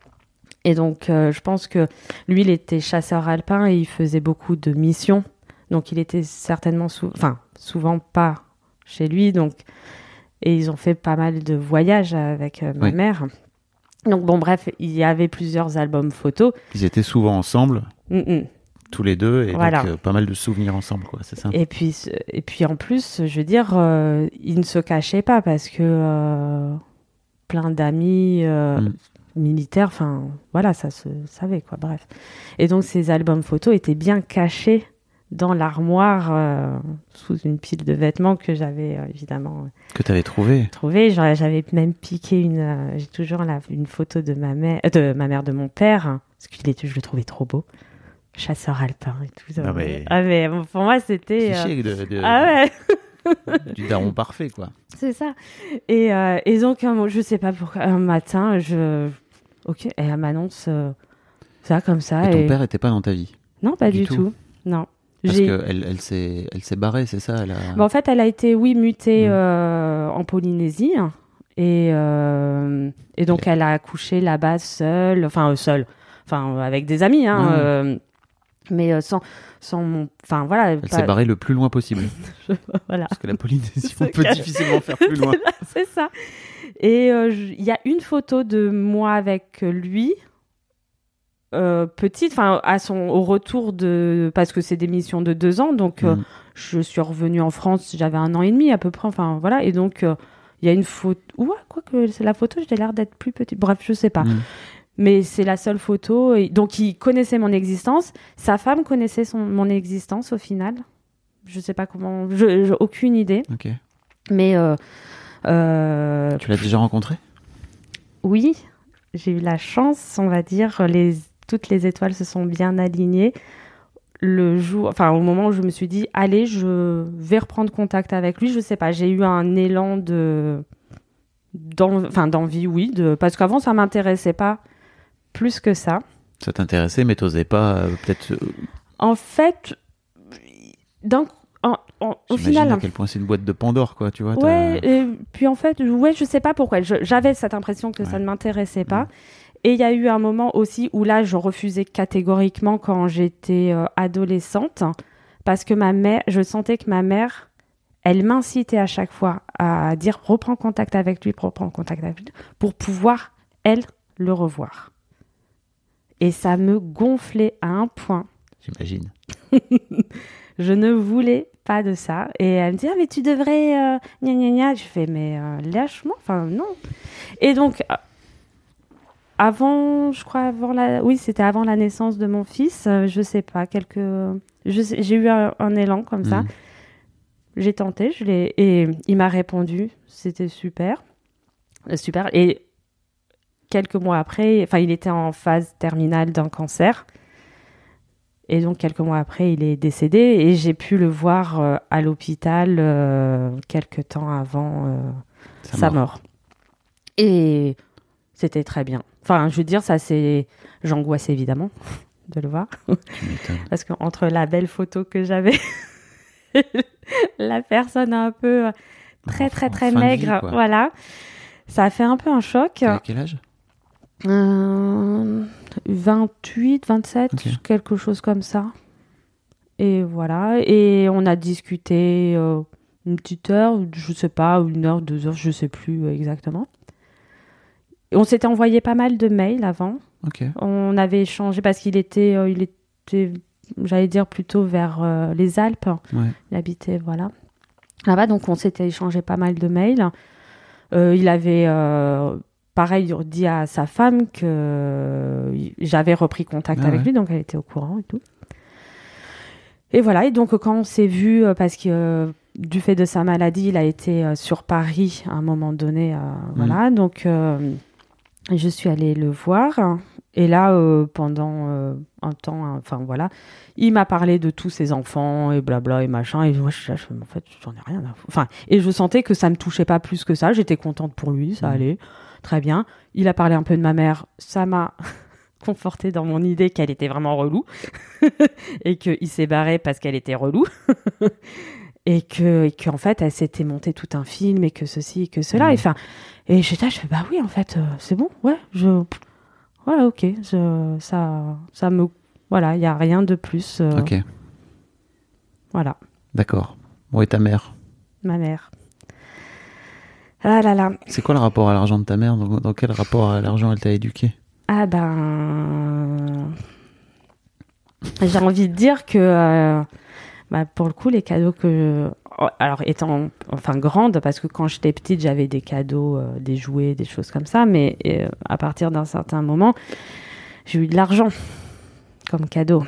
Et donc, euh, je pense que lui, il était chasseur alpin et il faisait beaucoup de missions. Donc, il était certainement, sou- enfin, souvent pas chez lui. Donc, et ils ont fait pas mal de voyages avec euh, ma oui. mère. Donc bon, bref, il y avait plusieurs albums photos. Ils étaient souvent ensemble, Mm-mm. tous les deux, et voilà. donc euh, pas mal de souvenirs ensemble, quoi, c'est ça ? Et puis, et puis en plus, je veux dire, euh, ils ne se cachaient pas parce que euh, plein d'amis euh, mm. militaires, enfin voilà, ça se savait, quoi, bref. Et donc ces albums photos étaient bien cachés dans l'armoire, euh, sous une pile de vêtements que j'avais euh, évidemment... Euh, que tu avais trouvé. Trouvé, genre, j'avais même piqué une... Euh, j'ai toujours la, une photo de ma mère, euh, de ma mère, de mon père, hein, parce que je le trouvais trop beau. Chasseur alpin et tout ça. Non mais... Ah mais bon, pour moi, c'était... Cliché euh... de, de, ah ouais. du daron parfait, quoi. C'est ça. Et, euh, et donc, euh, je sais pas pourquoi, un matin, je... Ok, et elle m'annonce euh, ça, comme ça. Et ton et... père était pas dans ta vie ? Non, pas du, du tout. tout. Non. Parce J'ai... qu'elle elle s'est, elle s'est barrée, c'est ça elle a... bah, En fait, elle a été, oui, mutée mmh. euh, en Polynésie. Et, euh, et donc, elle... elle a accouché là-bas seule. Enfin, euh, seule. Enfin, euh, avec des amis. Hein, mmh. euh, mais euh, sans, sans mon... Enfin, voilà. Elle pas... s'est barrée le plus loin possible. Je... Voilà. Parce que la Polynésie, on peut difficilement faire plus loin. C'est ça. Et il euh, je... y a une photo de moi avec lui... Euh, petite, enfin à son au retour de parce que c'est des missions de deux ans, donc euh, mmh. je suis revenue en France, j'avais un an et demi à peu près, enfin voilà, et donc il euh, y a une photo, ouais, quoi que c'est la photo, j'ai l'air d'être plus petite, bref, je sais pas. Mmh. Mais c'est la seule photo, et donc il connaissait mon existence, sa femme connaissait son, mon existence au final, je sais pas comment, je, j'ai aucune idée. Ok. Mais euh, euh, tu l'as déjà rencontré ? Oui, j'ai eu la chance, on va dire, les, toutes les étoiles se sont bien alignées. Le jour, enfin au moment où je me suis dit, allez, je vais reprendre contact avec lui, je sais pas, j'ai eu un élan de, d'en, enfin d'envie, oui, de, parce qu'avant ça m'intéressait pas plus que ça. Ça t'intéressait, mais t'osais pas, euh, peut-être. Euh... En fait, donc. En, en, au final, à quel point c'est une boîte de Pandore, quoi, tu vois. Ouais, et puis en fait, ouais, je sais pas pourquoi. Je, j'avais cette impression que ouais. ça ne m'intéressait pas. Mmh. Et il y a eu un moment aussi où là, je refusais catégoriquement quand j'étais euh, adolescente, parce que ma mère, je sentais que ma mère, elle m'incitait à chaque fois à dire reprends contact avec lui, reprends contact avec lui, pour pouvoir, elle, le revoir. Et ça me gonflait à un point. J'imagine. Je ne voulais pas de ça. Et elle me dit, ah, mais tu devrais... Euh, gna gna gna. Je fais, mais euh, lâche-moi. Enfin, non. Et donc, euh, avant, je crois, avant la... Oui, c'était avant la naissance de mon fils. Euh, je sais pas, quelques... Je sais... J'ai eu un, un élan comme mmh. ça. J'ai tenté, je l'ai... Et il m'a répondu. C'était super. Euh, super. Et quelques mois après, enfin, il était en phase terminale d'un cancer. Et donc, quelques mois après, il est décédé et j'ai pu le voir euh, à l'hôpital euh, quelques temps avant euh, sa mort. mort. Et c'était très bien. Enfin, je veux dire, ça, c'est... J'angoissais évidemment de le voir. Parce qu'entre la belle photo que j'avais, la personne un peu très, très, très, très maigre, vie, voilà, ça a fait un peu un choc. T'as quel âge ? Euh, vingt-huit, vingt-sept, okay. quelque chose comme ça. Et voilà. Et on a discuté euh, une petite heure, je sais pas, une heure, deux heures, je sais plus exactement. Et on s'était envoyé pas mal de mails avant. Okay. On avait échangé parce qu'il était, euh, il était, j'allais dire plutôt vers euh, les Alpes. Ouais. Il habitait, voilà, là-bas. Donc on s'était échangé pas mal de mails. Euh, il avait euh, pareil, dit à sa femme que j'avais repris contact ah avec ouais. lui, donc elle était au courant et tout. Et voilà, et donc quand on s'est vu, parce que euh, du fait de sa maladie, il a été euh, sur Paris à un moment donné, euh, mmh. voilà, donc euh, je suis allée le voir. Et là, euh, pendant euh, un temps, enfin voilà, il m'a parlé de tous ses enfants et blabla et machin. Et moi, je, je, en fait, j'en ai rien à foutre. Enfin, et je sentais que ça me touchait pas plus que ça. J'étais contente pour lui, ça mmh. allait très bien. Il a parlé un peu de ma mère, ça m'a confortée dans mon idée qu'elle était vraiment relou et qu'il s'est barré parce qu'elle était relou. Et que, et qu'en fait, elle s'était montée tout un film et que ceci et que cela. Mmh. Et, enfin, et j'étais là, je fais bah oui, en fait, euh, c'est bon, ouais, je. Voilà, ok, je, ça, ça me, voilà, il y a rien de plus. Euh, ok. Voilà. D'accord. Où est ta mère ? Ma mère. Ah là là. C'est quoi le rapport à l'argent de ta mère ? dans, dans quel rapport à l'argent elle t'a éduqué ? Ah ben, j'ai envie de dire que, euh, bah, pour le coup, les cadeaux que, alors étant enfin grande, parce que quand j'étais petite, j'avais des cadeaux, euh, des jouets, des choses comme ça, mais euh, à partir d'un certain moment, j'ai eu de l'argent comme cadeau.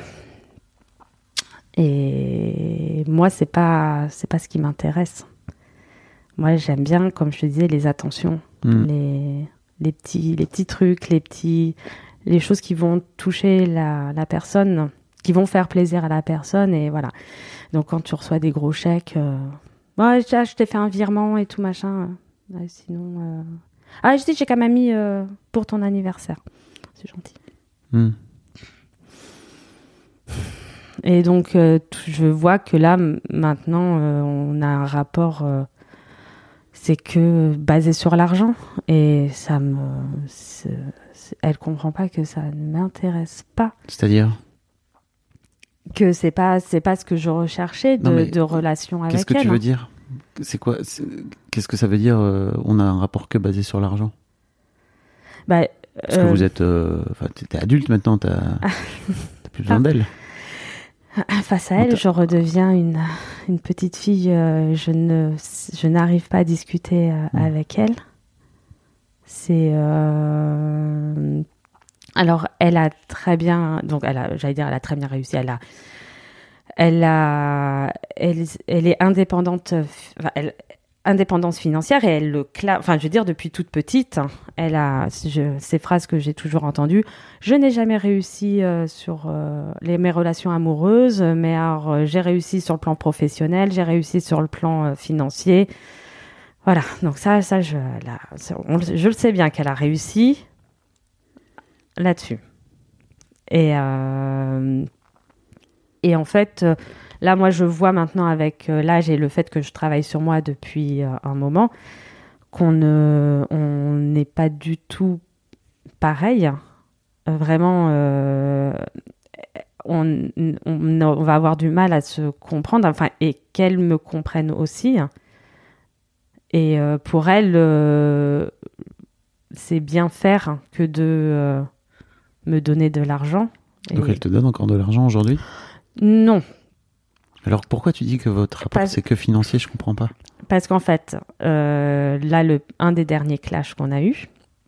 Et moi, c'est pas, c'est pas ce qui m'intéresse. Moi, j'aime bien, comme je te disais, les attentions, mmh. les, les petits, les petits trucs, les petits, les choses qui vont toucher la, la personne, qui vont faire plaisir à la personne, et voilà. Donc, quand tu reçois des gros chèques, euh, ouais, je, je t'ai fait un virement et tout machin. Euh, ouais, sinon, euh... ah, je dis, j'ai quand même mis euh, pour ton anniversaire. C'est gentil. Mm. Et donc, euh, t- je vois que là, m- maintenant, euh, on a un rapport, euh, c'est que basé sur l'argent. Et ça me, c'est, c'est, elle comprend pas que ça ne m'intéresse pas. C'est-à-dire ? Que c'est pas c'est pas ce que je recherchais de, non, de relation avec elle. Qu'est-ce que elle, tu veux dire ? C'est quoi c'est, Qu'est-ce que ça veut dire euh, on a un rapport que basé sur l'argent ? Bah, Parce euh... que vous êtes, enfin, euh, t'es adulte maintenant, t'as, t'as plus besoin d'elle. Face à elle, je redeviens une, une petite fille. Euh, je, ne, je n'arrive pas à discuter euh, mmh. avec elle. C'est... Euh... Alors, elle a très bien... Donc, elle a, j'allais dire, elle a très bien réussi. Elle a... Elle, a, elle, elle est indépendante, enfin, elle, indépendance financière et elle le clame, enfin je veux dire depuis toute petite, elle a je, ces phrases que j'ai toujours entendues. Je n'ai jamais réussi euh, sur euh, les, mes relations amoureuses, mais alors euh, j'ai réussi sur le plan professionnel, j'ai réussi sur le plan euh, financier. Voilà, donc ça, ça je, là, on, je le sais bien qu'elle a réussi là-dessus. Et euh, Et en fait, euh, là, moi, je vois maintenant avec euh, l'âge et le fait que je travaille sur moi depuis euh, un moment, qu'on ne, on n'est pas du tout pareil. Euh, vraiment, euh, on, on, on va avoir du mal à se comprendre, enfin, et qu'elle me comprenne aussi. Et euh, pour elle, euh, c'est bien faire que de euh, me donner de l'argent. Donc et... elle te donne encore de l'argent aujourd'hui ? Non. Alors pourquoi tu dis que votre rapport Parce... c'est que financier ? Je comprends pas. Parce qu'en fait, euh, là, le, un des derniers clashs qu'on a eu,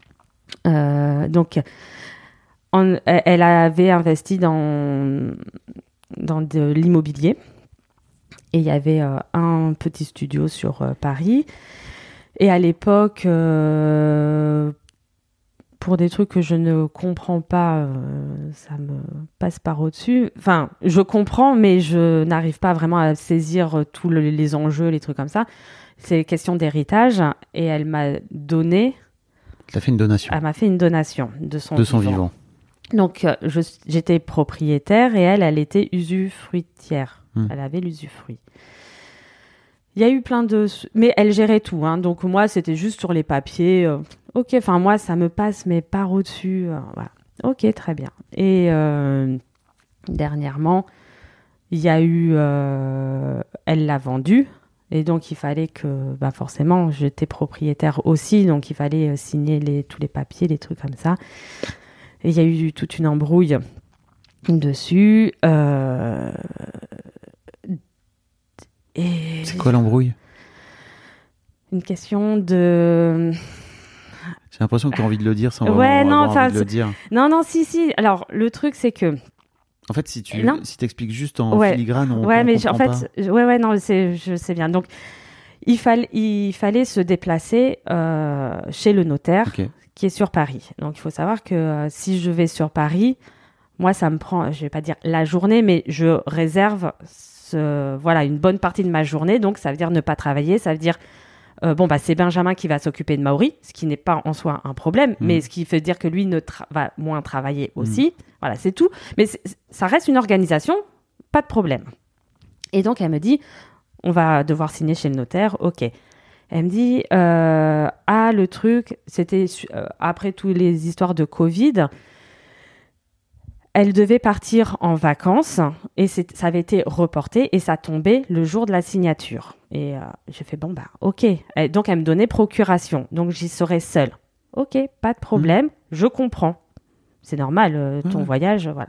euh, donc, on, elle avait investi dans, dans de l'immobilier et il y avait euh, un petit studio sur euh, Paris. Et à l'époque, euh, pour des trucs que je ne comprends pas, euh, ça me passe par au-dessus. Enfin, je comprends, mais je n'arrive pas vraiment à saisir tous le, les enjeux, les trucs comme ça. C'est question d'héritage, et elle m'a donné... Elle t'a fait une donation. Elle m'a fait une donation de son, de son vivant. vivant. Donc, je, j'étais propriétaire, et elle, elle était usufruitière. Hum. Elle avait l'usufruit. Il y a eu plein de... Mais elle gérait tout, hein. Donc moi, c'était juste sur les papiers... Euh... Ok, enfin moi, ça me passe, mais par au-dessus. Euh, voilà. Ok, très bien. Et euh, dernièrement, il y a eu... Euh, elle l'a vendu. Et donc, il fallait que... Bah forcément, j'étais propriétaire aussi. Donc, il fallait euh, signer les, tous les papiers, les trucs comme ça. Et il y a eu toute une embrouille dessus. Euh... Et... C'est quoi l'embrouille ? Une question de... J'ai l'impression que tu as envie de le dire sans ouais, avoir non, envie de le dire. Non, non, si, si. Alors, le truc, c'est que... En fait, si tu non. si t'expliques juste en ouais. filigrane, on ouais, on mais en fait, pas. ouais, ouais, non, c'est, je sais bien. Donc, il, fall, il fallait se déplacer euh, chez le notaire okay. qui est sur Paris. Donc, il faut savoir que euh, si je vais sur Paris, moi, ça me prend, je vais pas dire la journée, mais je réserve ce, voilà, une bonne partie de ma journée. Donc, ça veut dire ne pas travailler, ça veut dire... Euh, bon, bah, c'est Benjamin qui va s'occuper de Maori, ce qui n'est pas en soi un problème, mmh. mais ce qui veut dire que lui ne tra- va moins travailler aussi. Mmh. Voilà, c'est tout. Mais c'est, ça reste une organisation, pas de problème. Et donc, elle me dit, on va devoir signer chez le notaire, ok. Elle me dit, euh, ah, le truc, c'était euh, après toutes les histoires de Covid, elle devait partir en vacances et c'est, ça avait été reporté et ça tombait le jour de la signature. Et euh, j'ai fait, bon, bah, ok. Et donc, elle me donnait procuration. Donc, j'y serais seule. Ok, pas de problème, mmh. je comprends. C'est normal, euh, ton mmh. voyage, voilà.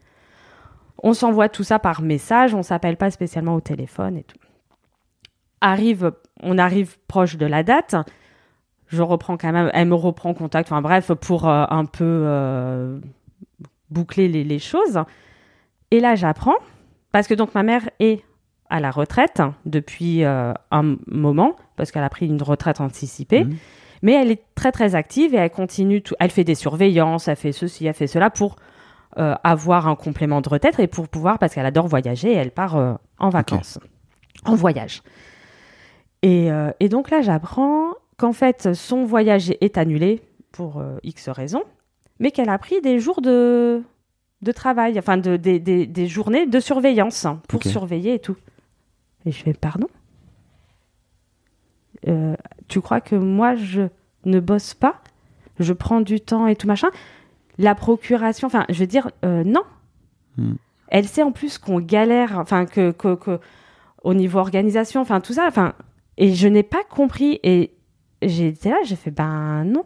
On s'envoie tout ça par message, on ne s'appelle pas spécialement au téléphone et tout. Arrive, on arrive proche de la date. Je reprends quand même, elle me reprend contact, enfin bref, pour euh, un peu... Euh, boucler les, les choses. Et là, j'apprends, parce que donc ma mère est à la retraite depuis euh, un moment, parce qu'elle a pris une retraite anticipée, mmh. mais elle est très, très active et elle continue, tout, elle fait des surveillances, elle fait ceci, elle fait cela pour euh, avoir un complément de retraite et pour pouvoir, parce qu'elle adore voyager, elle part euh, en vacances, okay. en voyage. Et, euh, et donc là, j'apprends qu'en fait, son voyage est annulé pour euh, X raisons, mais qu'elle a pris des jours de, de travail, enfin de, de, de, des journées de surveillance pour okay. surveiller et tout. Et je fais, pardon euh, tu crois que moi, je ne bosse pas ? Je prends du temps et tout machin ? La procuration, enfin, je veux dire, euh, non. Mm. Elle sait en plus qu'on galère, enfin, que, que, que, au niveau organisation, enfin, tout ça, enfin, et je n'ai pas compris. Et j'ai été là, j'ai fait, ben non.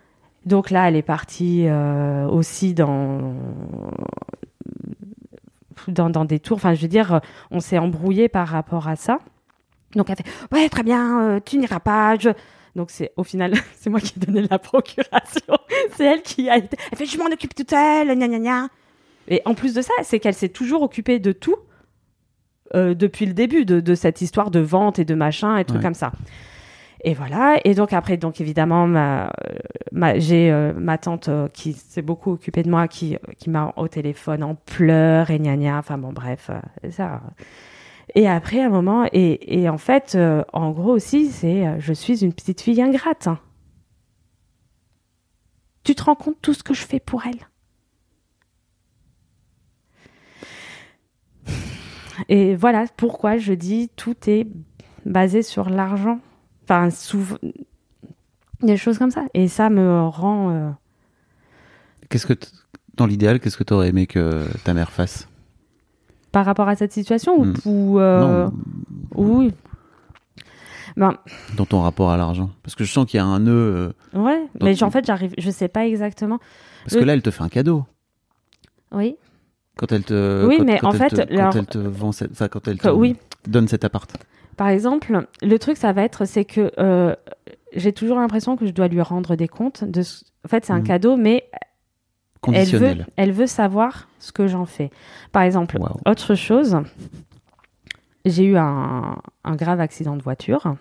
Donc là, elle est partie euh, aussi dans... dans, dans des tours. Enfin, je veux dire, on s'est embrouillé par rapport à ça. Donc, elle fait « Ouais, très bien, euh, tu n'iras pas. Je... » Donc, c'est, au final, c'est moi qui ai donné la procuration. C'est elle qui a été... Elle fait « Je m'en occupe toute seule, gna gna gna. » Et en plus de ça, c'est qu'elle s'est toujours occupée de tout euh, depuis le début de, de cette histoire de vente et de machin et trucs Ouais. comme ça. Et voilà. Et donc, après, donc évidemment, ma, ma, j'ai euh, ma tante euh, qui s'est beaucoup occupée de moi, qui, qui m'a au téléphone en pleurs et gna gna. Enfin, bon, bref, euh, ça... Et après, à un moment, et, et en fait, euh, en gros aussi, c'est euh, je suis une petite fille ingrate. Tu te rends compte tout ce que je fais pour elle? Et voilà pourquoi je dis tout est basé sur l'argent. Enfin, souvent, des choses comme ça. Et ça me rend... Euh... Qu'est-ce que, t- dans l'idéal, qu'est-ce que tu aurais aimé que ta mère fasse? Par rapport à cette situation Mm. ou... euh, Non, Oui. Ben, dans ton rapport à l'argent. Parce que je sens qu'il y a un nœud. euh, ouais, dans mais ton- en fait, j'arrive... Je sais pas exactement. Parce Le- que là, elle te fait un cadeau. Oui. Quand elle te, Oui, quand, mais quand en elle fait, te, alors- quand elle te vend, cette- enfin, quand elle te Que- oui. donne cet appart. Par exemple, le truc, ça va être, c'est que euh, j'ai toujours l'impression que je dois lui rendre des comptes. De... ce- En fait, c'est un Mhm. cadeau, mais elle veut, Conditionnel. elle veut savoir ce que j'en fais. Par exemple, Waouh. autre chose, j'ai eu un, un grave accident de voiture.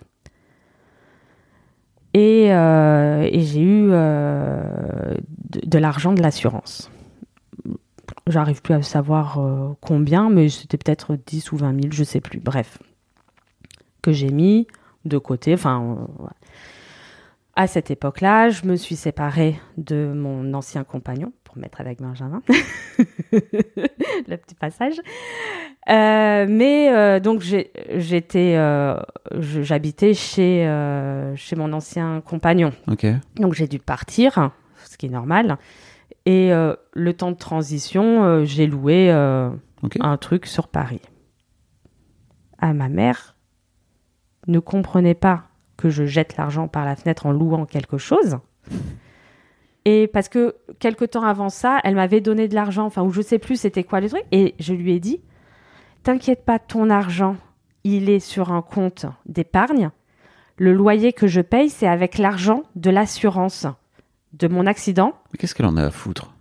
Et, euh, et j'ai eu euh, de, de l'argent de l'assurance. J'arrive plus à savoir euh, combien, mais c'était peut-être dix ou vingt mille, je sais plus. Bref, que j'ai mis de côté. Enfin, euh, ouais. À cette époque-là, je me suis séparée de mon ancien compagnon, pour mettre avec Benjamin, le petit passage. Euh, mais euh, donc, j'ai, j'étais, euh, je- j'habitais chez, euh, chez mon ancien compagnon. Ok. Donc, j'ai dû partir, ce qui est normal. Et euh, le temps de transition, euh, j'ai loué euh, Ok. un truc sur Paris. Ah, ma mère ne comprenait pas que je jette l'argent par la fenêtre en louant quelque chose. Et parce que quelque temps avant ça, elle m'avait donné de l'argent, enfin, ou je sais plus c'était quoi le truc. Et je lui ai dit, t'inquiète pas, ton argent, il est sur un compte d'épargne. Le loyer que je paye, c'est avec l'argent de l'assurance de mon accident. Mais qu'est-ce qu'elle en a à foutre?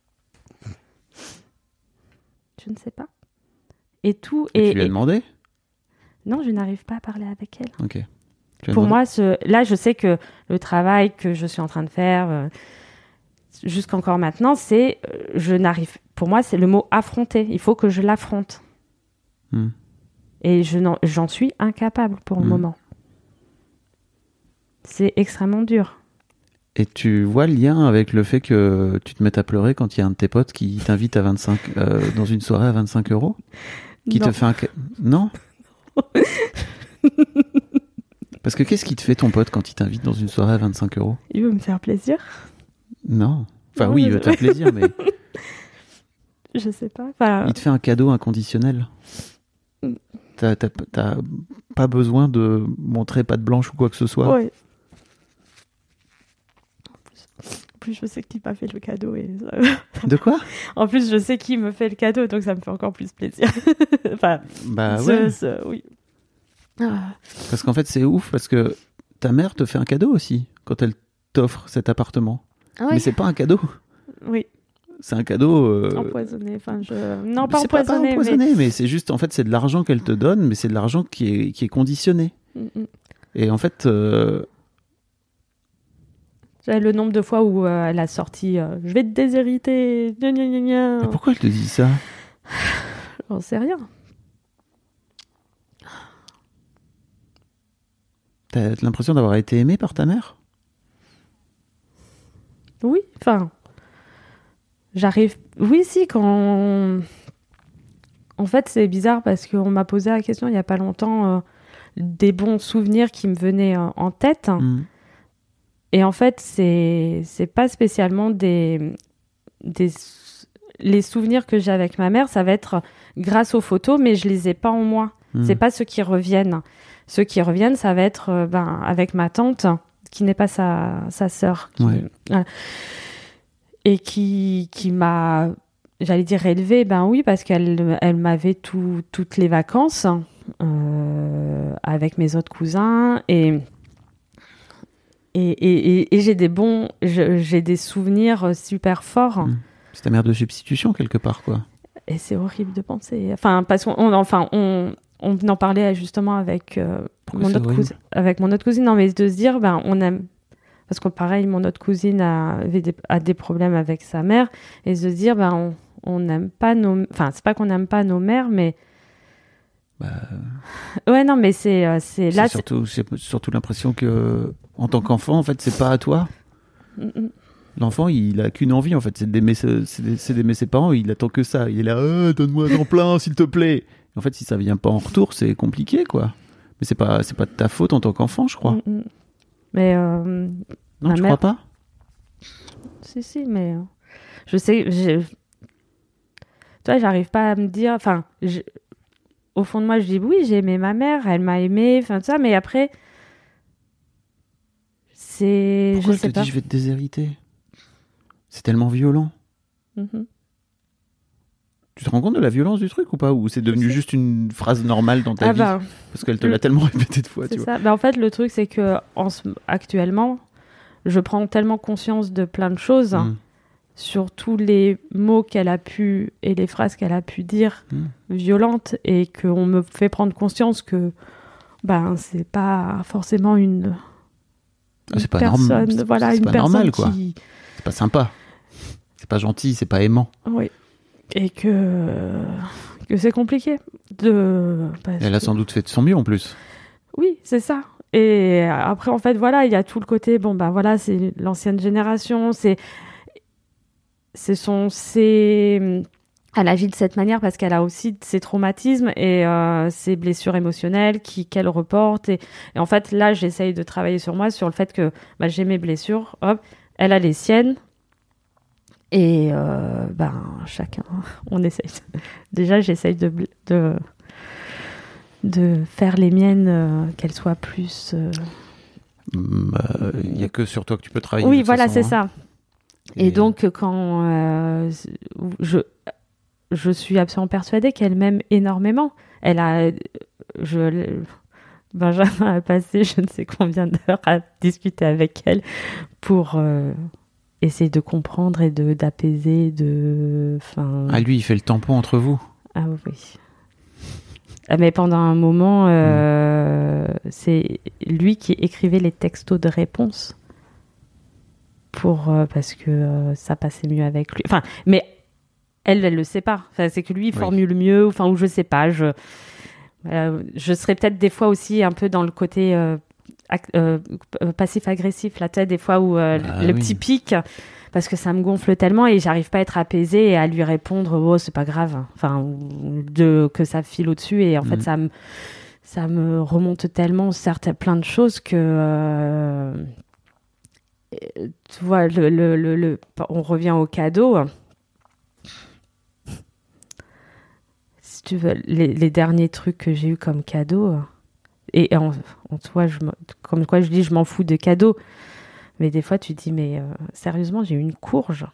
Je ne sais pas. Et tout. Et, Et, tu lui as et- demandé? Non, je n'arrive pas à parler avec elle. Ok. Tu lui as Pour demandé? moi, ce... là, je sais que le travail que je suis en train de faire, euh, jusqu'encore maintenant, c'est, euh, je n'arrive. Pour moi, c'est le mot affronter. Il faut que je l'affronte. Hmm. Et je n'en... j'en suis incapable pour le Hmm. moment. C'est extrêmement dur. Et tu vois le lien avec le fait que tu te mettes à pleurer quand il y a un de tes potes qui t'invite à vingt-cinq, euh, dans une soirée à vingt-cinq euros? Qui Non. te fait un... ca- Non? Parce que qu'est-ce qui te fait ton pote quand il t'invite dans une soirée à vingt-cinq euros? Il veut me faire plaisir. Non. Enfin Non, oui, je il veut te sais faire plaisir, mais Je sais pas. Enfin, il te fait un cadeau inconditionnel. Mm. T'as, t'as, t'as pas besoin de montrer patte blanche ou quoi que ce soit. ouais. En plus, je sais qui m'a fait le cadeau. Et... De quoi? en plus, je sais qui me fait le cadeau, donc ça me fait encore plus plaisir. enfin, Bah ce- ouais. ce- oui. Ah. Parce qu'en fait, c'est ouf parce que ta mère te fait un cadeau aussi quand elle t'offre cet appartement. Ah Mais oui. c'est pas un cadeau. Oui. C'est un cadeau. euh, Empoisonné. Enfin, je... Non, pas c'est pas, pas empoisonné, mais... empoisonné, mais... c'est juste, en fait, c'est de l'argent qu'elle te donne, mais c'est de l'argent qui est, qui est conditionné. Mm, mm. Et en fait, euh, J'avais le nombre de fois où euh, elle a sorti euh, je vais te déshériter, gna gna gna gna. mais pourquoi elle te dit ça? J'en sais rien. T'as l'impression d'avoir été aimé par ta mère? Oui, enfin, j'arrive. Oui, si, quand. En fait, c'est bizarre parce qu'on m'a posé la question il n'y a pas longtemps euh, des bons souvenirs qui me venaient euh, en tête. Mm. Et en fait, c'est c'est pas spécialement des des les souvenirs que j'ai avec ma mère, ça va être grâce aux photos, mais je les ai pas en moi. Mm. C'est pas ceux qui reviennent. Ceux qui reviennent, ça va être euh, ben, avec ma tante, qui n'est pas sa, sa sœur. Qui, Ouais. voilà. Et qui, qui m'a... j'allais dire élevée, ben oui, parce qu'elle elle m'avait tout, toutes les vacances euh, avec mes autres cousins et et, et, et, et j'ai des bons, je, j'ai des souvenirs super forts. Mmh. C'est ta mère de substitution quelque part, quoi. Et c'est horrible de penser. Enfin, parce qu'on, on, enfin, on, on en parlait justement avec euh, mon autre cousine, avec mon autre cousine. Non, mais de se dire, ben, on aime. Parce que pareil, mon autre cousine a, avait des, a des problèmes avec sa mère. Et se dire, ben, on, on n'aime pas nos... Enfin, c'est pas qu'on n'aime pas nos mères, mais... Bah... Ouais, non, mais c'est... c'est, c'est là, surtout, c'est... J'ai surtout l'impression que, en tant qu'enfant, en fait, c'est pas à toi. Mm-mm. L'enfant, il a qu'une envie, en fait, c'est d'aimer, ce, c'est c'est d'aimer ses parents. Il attend que ça. Il est là, oh, donne-moi un plein, s'il te plaît. En fait, si ça vient pas en retour, c'est compliqué, quoi. Mais c'est pas, c'est pas de ta faute en tant qu'enfant, je crois. Mm-mm. Mais... Euh... Non, tu mère... crois pas? Si, si, mais... Euh, je sais... Je... Toi, j'arrive pas à me dire... Enfin, je... au fond de moi, je dis oui, j'ai aimé ma mère, elle m'a aimé, enfin, tout ça, mais après... C'est... Pourquoi je je sais te pas. dis je vais te déshériter? C'est tellement violent. Mm-hmm. Tu te rends compte de la violence du truc ou pas? Ou c'est devenu juste une phrase normale dans ta ah vie bah, parce qu'elle te l'a tellement répété de fois, c'est tu ça. vois. Bah, en fait, le truc, c'est que en ce... actuellement, je prends tellement conscience de plein de choses, mm. sur tous les mots qu'elle a pu et les phrases qu'elle a pu dire mm. violentes, et qu'on me fait prendre conscience que ben, c'est pas forcément une, une ah, c'est pas personne, norm... c'est, voilà, c'est une pas personne normal, quoi. qui... C'est pas sympa. C'est pas gentil, c'est pas aimant. Oui. Et que, que c'est compliqué. De... Elle a que... sans doute fait de son mieux en plus. Oui, c'est ça. Et après, en fait, voilà, il y a tout le côté, bon, ben voilà, c'est l'ancienne génération, c'est, c'est son, c'est, elle agit de cette manière parce qu'elle a aussi ses traumatismes et euh, ses blessures émotionnelles qui, qu'elle reporte. Et, et en fait, là, j'essaye de travailler sur moi, sur le fait que bah, j'ai mes blessures, hop, elle a les siennes. Et euh, ben, chacun, on essaye. Déjà, j'essaye de, de, de faire les miennes, euh, qu'elles soient plus... Il euh... n'y euh, a que sur toi que tu peux travailler. Oui, voilà, façon, c'est hein. ça. Et, Et donc, quand euh, je, je suis absolument persuadée qu'elle m'aime énormément. Elle a... Je, Benjamin a passé je ne sais combien d'heures à discuter avec elle pour... Euh, essayer de comprendre et de, d'apaiser, de... Enfin... Ah, lui, il fait le tampon entre vous? Ah oui. Mais pendant un moment, euh, mmh. c'est lui qui écrivait les textos de réponse pour, euh, parce que euh, ça passait mieux avec lui. Enfin, mais elle, elle le sait pas. Enfin, c'est que lui, il oui. formule mieux, enfin, ou je sais pas. Je, euh, je serais peut-être des fois aussi un peu dans le côté... Euh, Euh, passif-agressif, là, tu sais, des fois où euh, ah, le oui. petit pic, parce que ça me gonfle tellement et j'arrive pas à être apaisée et à lui répondre, oh, c'est pas grave, enfin, de, que ça file au-dessus, et en mmh. fait, ça me, ça me remonte tellement, certes, plein de choses que, euh, tu vois, le, le, le, le, on revient au cadeau. Si tu veux, les, les derniers trucs que j'ai eu comme cadeau. Et en, en toi, je, comme quoi je dis, je m'en fous de cadeaux. Mais des fois, tu te dis, mais euh, sérieusement, j'ai eu une courge.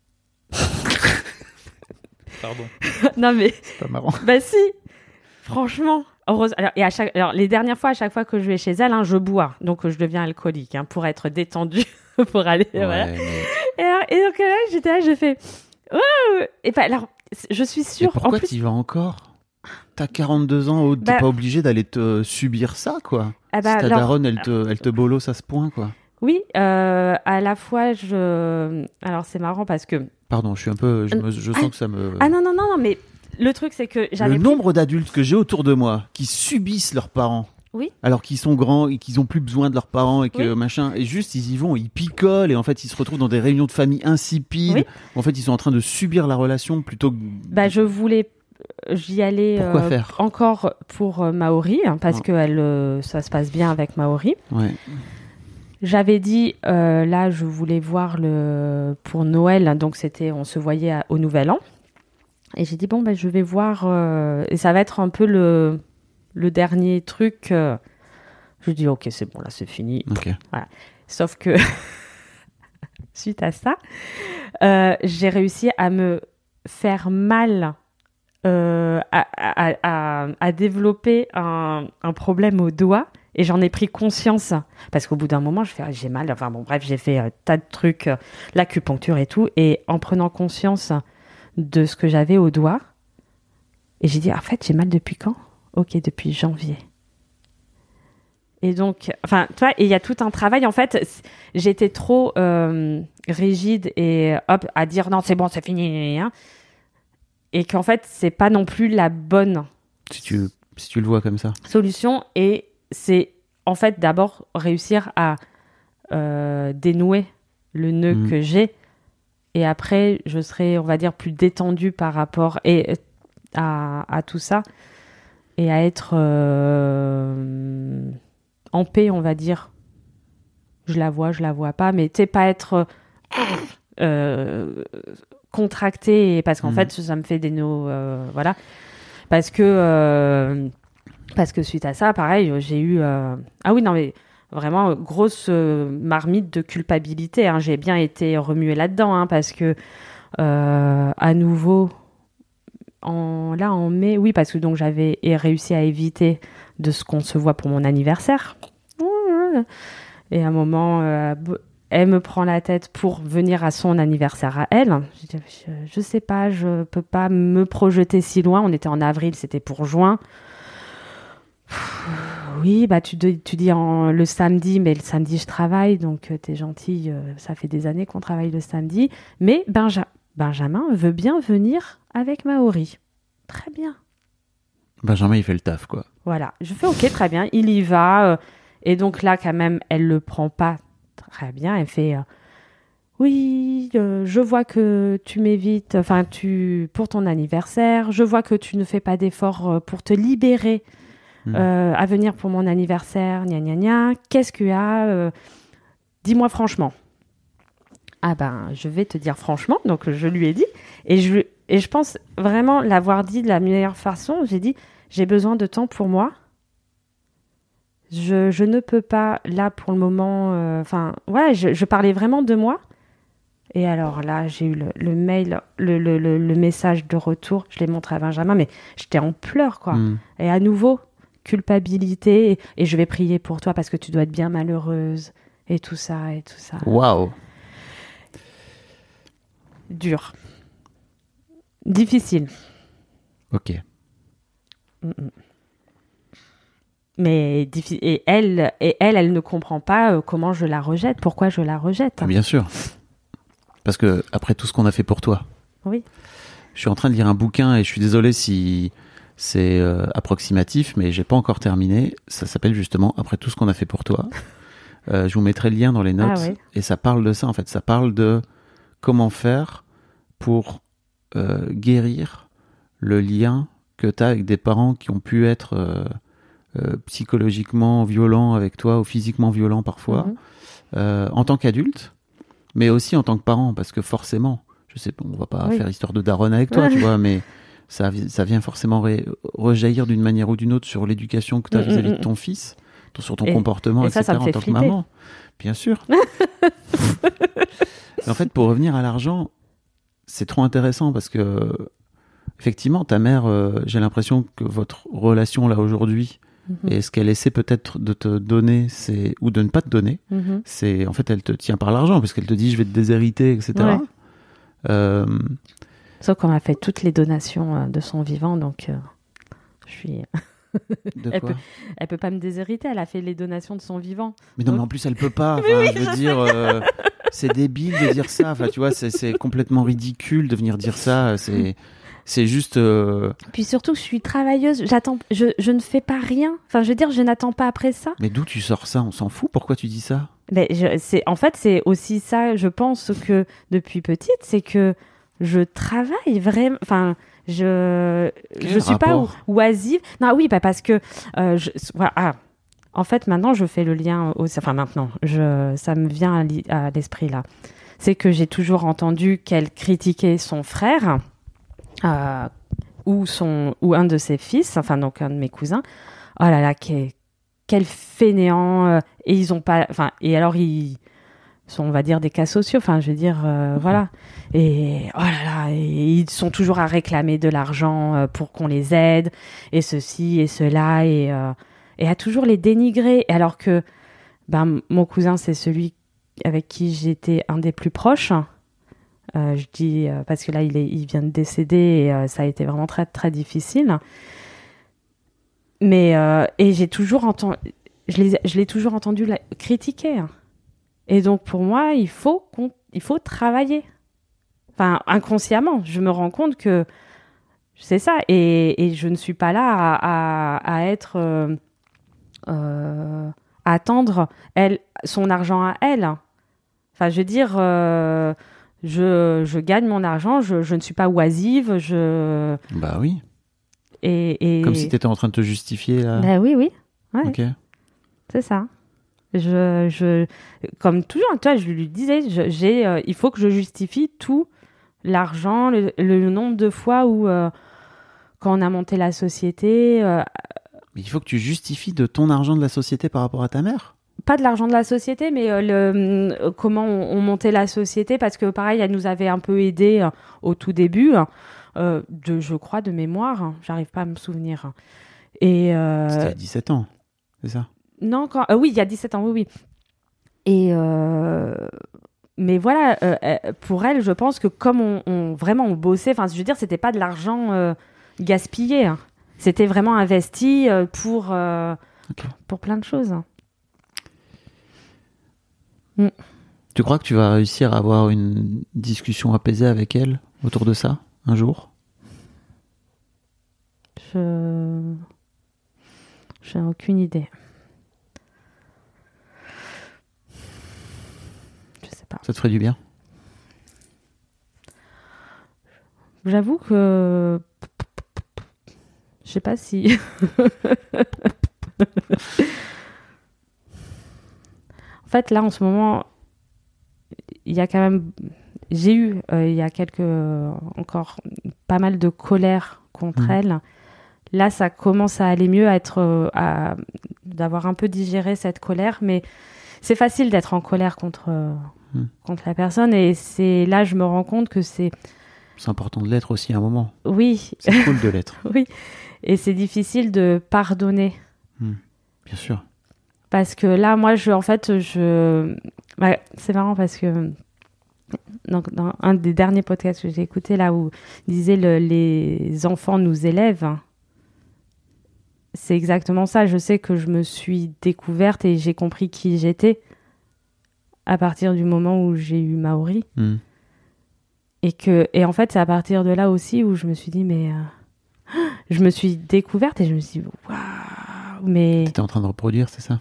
Pardon. Non, mais. C'est pas marrant. Bah, si. Franchement. Heureuse. Alors, et à chaque, alors, les dernières fois, à chaque fois que je vais chez elle, hein, je bois. Donc, je deviens alcoolique, hein, pour être détendue, pour aller. Ouais, voilà. Mais... Et, alors, et donc là, j'étais là, j'ai fait. Oh et bah, alors, je suis sûre. Mais pourquoi en plus... tu y vas encore? T'as quarante-deux ans, Aude, bah, t'es pas obligée d'aller te subir ça, quoi. Ah bah, si ta alors, daronne, elle te, elle te bolosse à ce point, quoi. Oui, euh, à la fois, je... Alors, c'est marrant parce que... Pardon, je suis un peu... Je, me, je sens ah, que ça me... Ah non, non, non, non, mais le truc, c'est que j'avais... Le pris... nombre d'adultes que j'ai autour de moi qui subissent leurs parents, oui. alors qu'ils sont grands et qu'ils ont plus besoin de leurs parents et que oui. machin... Et juste, ils y vont, ils picolent et en fait, ils se retrouvent dans des réunions de famille insipides. Oui. En fait, ils sont en train de subir la relation plutôt que... Bah, je voulais... J'y allais euh, encore pour euh, Maori, hein, parce oh. que elle, euh, ça se passe bien avec Maori. Ouais. J'avais dit, euh, là, je voulais voir le pour Noël, donc c'était, on se voyait à, au Nouvel An. Et j'ai dit, bon, ben, je vais voir, euh, et ça va être un peu le, le dernier truc. Euh, je dis, ok, c'est bon, là, c'est fini. Okay. Voilà. Sauf que, suite à ça, euh, j'ai réussi à me faire mal euh, à, à, à, à développer un, un problème au doigt. Et j'en ai pris conscience. Parce qu'au bout d'un moment, je fais, ah, j'ai mal. Enfin bon, bref, j'ai fait un euh, tas de trucs, euh, l'acupuncture et tout. Et en prenant conscience de ce que j'avais au doigt, et j'ai dit, en fait, j'ai mal depuis quand ? Ok, depuis janvier. Et donc, enfin, tu vois, et il y a tout un travail. En fait, j'étais trop euh, rigide et hop, à dire non, c'est bon, c'est fini. Hein, et qu'en fait, c'est pas non plus la bonne si tu, si tu le vois comme ça. Solution. Et c'est en fait d'abord réussir à euh, dénouer le nœud mmh. que j'ai. Et après, je serai, on va dire, plus détendue par rapport et, à, à tout ça. Et à être... Euh, en paix, on va dire. Je la vois, je la vois pas, mais tu sais, pas être euh, contracté, parce qu'en mmh. fait, ça me fait des nœuds, euh, voilà. Parce que, euh, parce que suite à ça, pareil, j'ai eu... Euh... Ah oui, non, mais vraiment, grosse euh, marmite de culpabilité. Hein. J'ai bien été remuée là-dedans, hein, parce que, euh, à nouveau, en, là, en mai, oui, parce que donc j'avais réussi à éviter de ce qu'on se voit pour mon anniversaire. Et à un moment, euh, elle me prend la tête pour venir à son anniversaire à elle. Je dis, je, je sais pas, je peux pas me projeter si loin. On était en avril, c'était pour juin. Oui, bah tu, tu dis en, le samedi, mais le samedi je travaille, donc euh, t'es gentille, euh, ça fait des années qu'on travaille le samedi. Mais Benja- Benjamin veut bien venir avec Maori. Très bien. Benjamin, il fait le taf, quoi. Voilà, je fais ok, très bien, il y va. Euh, et donc là, quand même, elle le prend pas très bien. Elle fait euh, oui, euh, je vois que tu m'évites, enfin, tu pour ton anniversaire. Je vois que tu ne fais pas d'efforts euh, pour te libérer mmh. euh, à venir pour mon anniversaire. Gna gna gna. Qu'est-ce qu'il y a euh, dis-moi franchement. Ah ben, je vais te dire franchement. Donc je lui ai dit et je et je pense vraiment l'avoir dit de la meilleure façon. J'ai dit j'ai besoin de temps pour moi. Je, je ne peux pas, là, pour le moment... Enfin, euh, ouais, je, je parlais vraiment de moi. Et alors là, j'ai eu le, le mail, le, le, le, le message de retour. Je l'ai montré à Benjamin, mais j'étais en pleurs, quoi. Mm. Et à nouveau, culpabilité. Et, et je vais prier pour toi parce que tu dois être bien malheureuse. Et tout ça, et tout ça. Waouh. Dur. Difficile. Ok. Mm-mm. Mais et elle, et elle, elle ne comprend pas euh, comment je la rejette, pourquoi je la rejette. Bien sûr. Parce que après tout ce qu'on a fait pour toi. Oui. Je suis en train de lire un bouquin et je suis désolé si c'est euh, approximatif, mais j'ai pas encore terminé. Ça s'appelle justement Après tout ce qu'on a fait pour toi. Euh, je vous mettrai le lien dans les notes. Ah, oui. Et ça parle de ça en fait. Ça parle de comment faire pour euh, guérir le lien que tu as avec des parents qui ont pu être euh, Euh, psychologiquement violent avec toi ou physiquement violent parfois, mmh. euh, en tant qu'adulte, mais aussi en tant que parent, parce que forcément, je sais, on va pas oui. faire histoire de daronne avec toi, tu vois, mais ça, ça vient forcément ré, rejaillir d'une manière ou d'une autre sur l'éducation que tu as mmh, vis-à-vis mmh. de ton fils, sur ton et, comportement, et et cetera, ça, ça me fait en tant flipper. que maman. Bien sûr. En fait, pour revenir à l'argent, c'est trop intéressant parce que, effectivement, ta mère, euh, j'ai l'impression que votre relation là aujourd'hui, Mmh. et ce qu'elle essaie peut-être de te donner, c'est ou de ne pas te donner, mmh. c'est en fait elle te tient par l'argent parce qu'elle te dit je vais te déshériter, et cetera. Ouais. Euh... Sauf qu'on a fait toutes les donations de son vivant, donc euh, je suis. De elle quoi peut, elle peut pas me déshériter, elle a fait les donations de son vivant. Mais non, donc... mais en plus elle peut pas. Enfin, oui, je veux dire, euh, c'est débile de dire ça. Enfin, tu vois, c'est, c'est complètement ridicule de venir dire ça. C'est C'est juste. Euh... Puis surtout, je suis travailleuse. J'attends. Je, je ne fais pas rien. Enfin, je veux dire, je n'attends pas après ça. Mais d'où tu sors ça ? On s'en fout. Pourquoi tu dis ça ? Mais je, c'est en fait, c'est aussi ça. Je pense que depuis petite, c'est que je travaille vraiment. Enfin, je Quel je suis rapport? pas oisive. Non, oui, bah parce que euh, je, voilà. Ah, en fait, maintenant, je fais le lien aussi. Enfin, maintenant, je ça me vient à, li, à l'esprit là. C'est que j'ai toujours entendu qu'elle critiquait son frère. Euh, ou, son, ou un de ses fils, enfin donc un de mes cousins. Oh là là, quel, quel fainéant. Euh, et ils ont pas. Enfin, et alors, ils, sont, on va dire, des cas sociaux. Enfin, je veux dire, euh, mmh. voilà. Et oh là là, et ils sont toujours à réclamer de l'argent euh, pour qu'on les aide, et ceci et cela, et, euh, et à toujours les dénigrer. Alors que ben, mon cousin, c'est celui avec qui j'étais un des plus proches. Euh, je dis euh, parce que là, il, est, il vient de décéder, et euh, ça a été vraiment très, très difficile. Mais, euh, et j'ai toujours entendu, je l'ai, je l'ai toujours entendu la, critiquer. Et donc, pour moi, il faut, qu'on, il faut travailler. Enfin, inconsciemment, je me rends compte que c'est ça. Et, et je ne suis pas là à, à, à être... Euh, euh, à attendre elle, son argent à elle. Enfin, je veux dire, euh, je, je gagne mon argent, je, je ne suis pas oisive. Je... Bah oui. Et, et... Comme si tu étais en train de te justifier, là. Bah oui, oui. Ouais. Ok. C'est ça. Je, je, comme toujours, toi, je lui disais, je, j'ai, euh, il faut que je justifie tout l'argent, le, le nombre de fois où, euh, quand on a monté la société. Euh, mais il faut que tu justifies de ton argent de la société par rapport à ta mère ? Pas de l'argent de la société, mais euh, le, euh, comment on, on montait la société, parce que pareil, elle nous avait un peu aidés euh, au tout début, euh, de, je crois, de mémoire, hein, j'arrive pas à me souvenir. Et, euh, C'était à dix-sept ans, c'est ça ? Non, quand... euh, oui, il y a dix-sept ans, oui, oui. Et euh... mais voilà, euh, pour elle, je pense que comme on, on vraiment on bossait, enfin, je veux dire, c'était pas de l'argent euh, gaspillé, hein. C'était vraiment investi euh, pour euh, okay. pour plein de choses. Mm. Tu crois que tu vas réussir à avoir une discussion apaisée avec elle autour de ça un jour ? Je j'ai aucune idée. Ça te ferait du bien ? J'avoue que je sais pas si en fait là en ce moment il y a quand même j'ai eu euh, il y a quelques euh, encore pas mal de colère contre mmh. elle. Là ça commence à aller mieux, à être euh, à d'avoir un peu digéré cette colère, mais c'est facile d'être en colère contre euh, mmh. contre la personne, et c'est là je me rends compte que c'est c'est important de l'être aussi à un moment. Oui. C'est cool de l'être. Oui. Et c'est difficile de pardonner. Mmh. Bien sûr. Parce que là, moi, je, en fait, je... Bah, c'est marrant parce que donc, dans un des derniers podcasts que j'ai écouté, là où il disait le, les enfants nous élèvent, c'est exactement ça. Je sais que je me suis découverte et j'ai compris qui j'étais à partir du moment où j'ai eu Maori. Mmh. Et, que, et en fait, c'est à partir de là aussi où je me suis dit, mais... Euh, je me suis découverte et je me suis dit, waouh, mais... T'étais en train de reproduire, c'est ça ?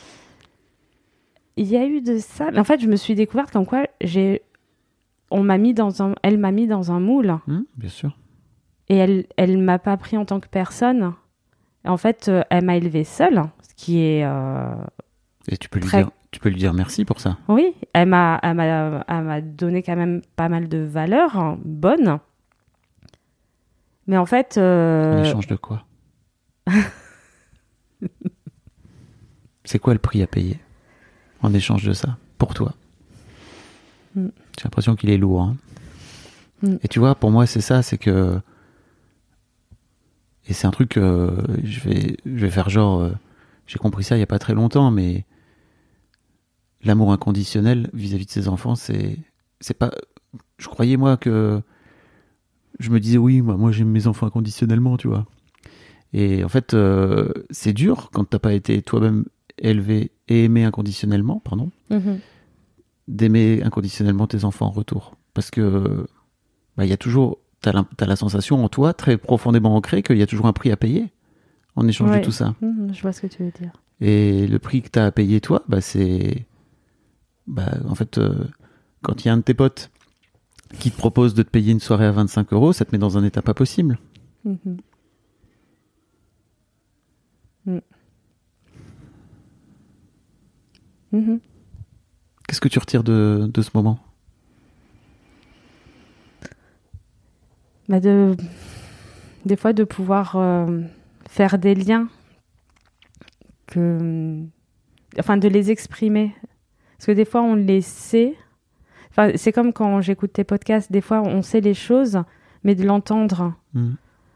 Il y a eu de ça. Mais en fait, je me suis découverte comme quoi j'ai... On m'a mis dans un... Elle m'a mis dans un moule. Mmh, bien sûr. Et elle elle m'a pas pris en tant que personne. Et en fait, euh, elle m'a élevée seule, ce qui est... Euh, et tu peux très... lui dire... Tu peux lui dire merci pour ça. Oui, elle m'a, elle m'a, elle m'a donné quand même pas mal de valeurs hein, bonnes. Mais en fait... Euh... En échange de quoi ? C'est quoi le prix à payer en échange de ça, pour toi ? mm. J'ai l'impression qu'il est lourd. Hein. Mm. Et tu vois, pour moi, c'est ça, c'est que... Et c'est un truc que je vais, je vais faire genre... Euh, j'ai compris ça il n'y a pas très longtemps, mais... L'amour inconditionnel vis-à-vis de ses enfants, c'est, c'est pas... Je croyais, moi, que... Je me disais, oui, moi, moi j'aime mes enfants inconditionnellement, tu vois. Et en fait, euh, c'est dur, quand t'as pas été toi-même élevé et aimé inconditionnellement, pardon, mm-hmm. d'aimer inconditionnellement tes enfants en retour. Parce que, bah, y a toujours... T'as la, t'as la sensation en toi, très profondément ancrée, qu'il y a toujours un prix à payer en échange ouais. de tout ça. Mmh, je vois ce que tu veux dire. Et le prix que t'as à payer, toi, bah, c'est... Bah, en fait, euh, quand il y a un de tes potes qui te propose de te payer une soirée à vingt-cinq euros, ça te met dans un état pas possible. Mm-hmm. Mm. Mm-hmm. Qu'est-ce que tu retires de, de ce moment ? Bah de, des fois, de pouvoir euh, faire des liens, que, enfin, de les exprimer. Parce que des fois, on les sait. Enfin, c'est comme quand j'écoute tes podcasts. Des fois, on sait les choses, mais de l'entendre mmh.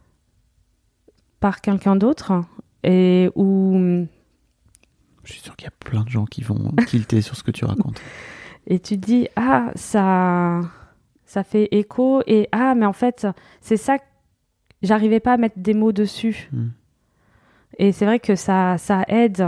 par quelqu'un d'autre et où... Je suis sûr qu'il y a plein de gens qui vont tilter sur ce que tu racontes. Et tu te dis, ah, ça, ça fait écho. Et ah, mais en fait, c'est ça que j'arrivais pas à mettre des mots dessus. Mmh. Et c'est vrai que ça, ça aide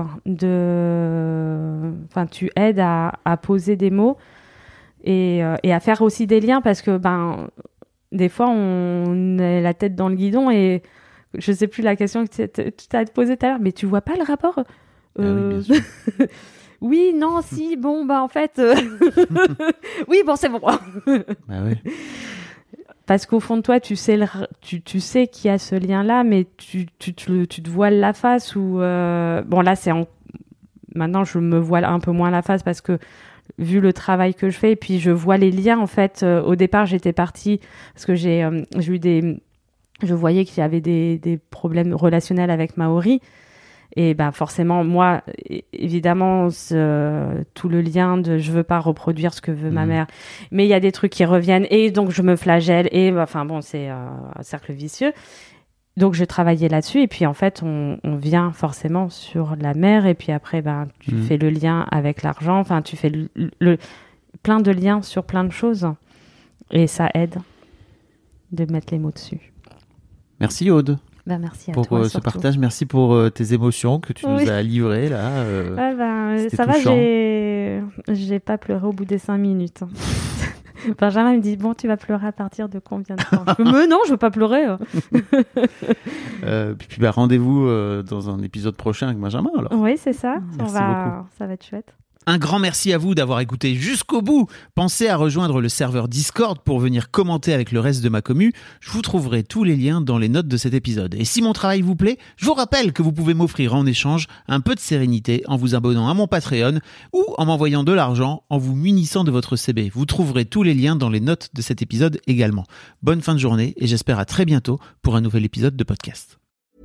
de... Enfin, tu aides à, à poser des mots et, euh, et à faire aussi des liens parce que, ben, des fois, on a la tête dans le guidon et je sais plus la question que tu t'as posée tout à l'heure, mais tu vois pas le rapport euh... ah oui, bien sûr. Oui, non, si, bon, bah, en fait... euh, oui, bon, c'est bon. Bah oui. Parce qu'au fond de toi, tu sais, le, tu, tu sais qu'il y a ce lien-là, mais tu, tu, tu, tu te voiles la face. Ou euh... Bon, là, c'est en... maintenant, je me voile un peu moins la face parce que, vu le travail que je fais, et puis je vois les liens, en fait. Euh, au départ, j'étais partie parce que j'ai, euh, j'ai eu des... Je voyais qu'il y avait des, des problèmes relationnels avec Maori. Et ben forcément, moi, évidemment, ce, tout le lien de je veux pas reproduire ce que veut mmh. ma mère, mais il y a des trucs qui reviennent et donc je me flagelle et enfin bon, c'est euh, un cercle vicieux. Donc j'ai travaillé là-dessus et puis en fait, on, on vient forcément sur la mère et puis après, ben tu mmh. fais le lien avec l'argent. Enfin, tu fais le, le plein de liens sur plein de choses et ça aide de mettre les mots dessus. Merci Aude. Ben, merci à pour toi, euh, ce partage, merci pour euh, tes émotions que tu oui. nous as livrées là. Euh, ah ben, ça touchant. va, j'ai... j'ai pas pleuré au bout des cinq minutes. Benjamin me dit bon, tu vas pleurer à partir de combien de temps? Mais non, je veux pas pleurer. euh, puis, puis bah, rendez-vous euh, dans un épisode prochain avec Benjamin alors. Oui, c'est ça. Merci On va... beaucoup. Ça va être chouette. Un grand merci à vous d'avoir écouté jusqu'au bout. Pensez à rejoindre le serveur Discord pour venir commenter avec le reste de ma commu. Je vous trouverai tous les liens dans les notes de cet épisode. Et si mon travail vous plaît, je vous rappelle que vous pouvez m'offrir en échange un peu de sérénité en vous abonnant à mon Patreon ou en m'envoyant de l'argent en vous munissant de votre C B. Vous trouverez tous les liens dans les notes de cet épisode également. Bonne fin de journée et j'espère à très bientôt pour un nouvel épisode de podcast.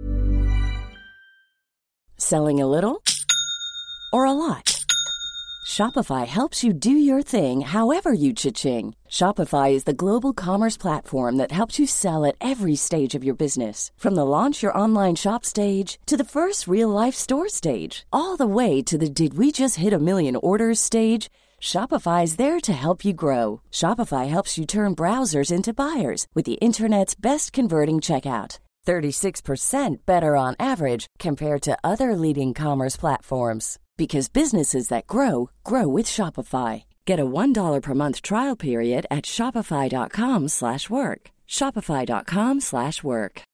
Selling a little or a lot? Shopify helps you do your thing however you cha-ching. Shopify is the global commerce platform that helps you sell at every stage of your business. From the launch your online shop stage to the first real-life store stage, all the way to the did we just hit a million orders stage. Shopify is there to help you grow. Shopify helps you turn browsers into buyers with the internet's best converting checkout. thirty-six percent better on average compared to other leading commerce platforms. Because businesses that grow, grow with Shopify. Get a one dollar per month trial period at shopify.com slash work. Shopify.com slash work.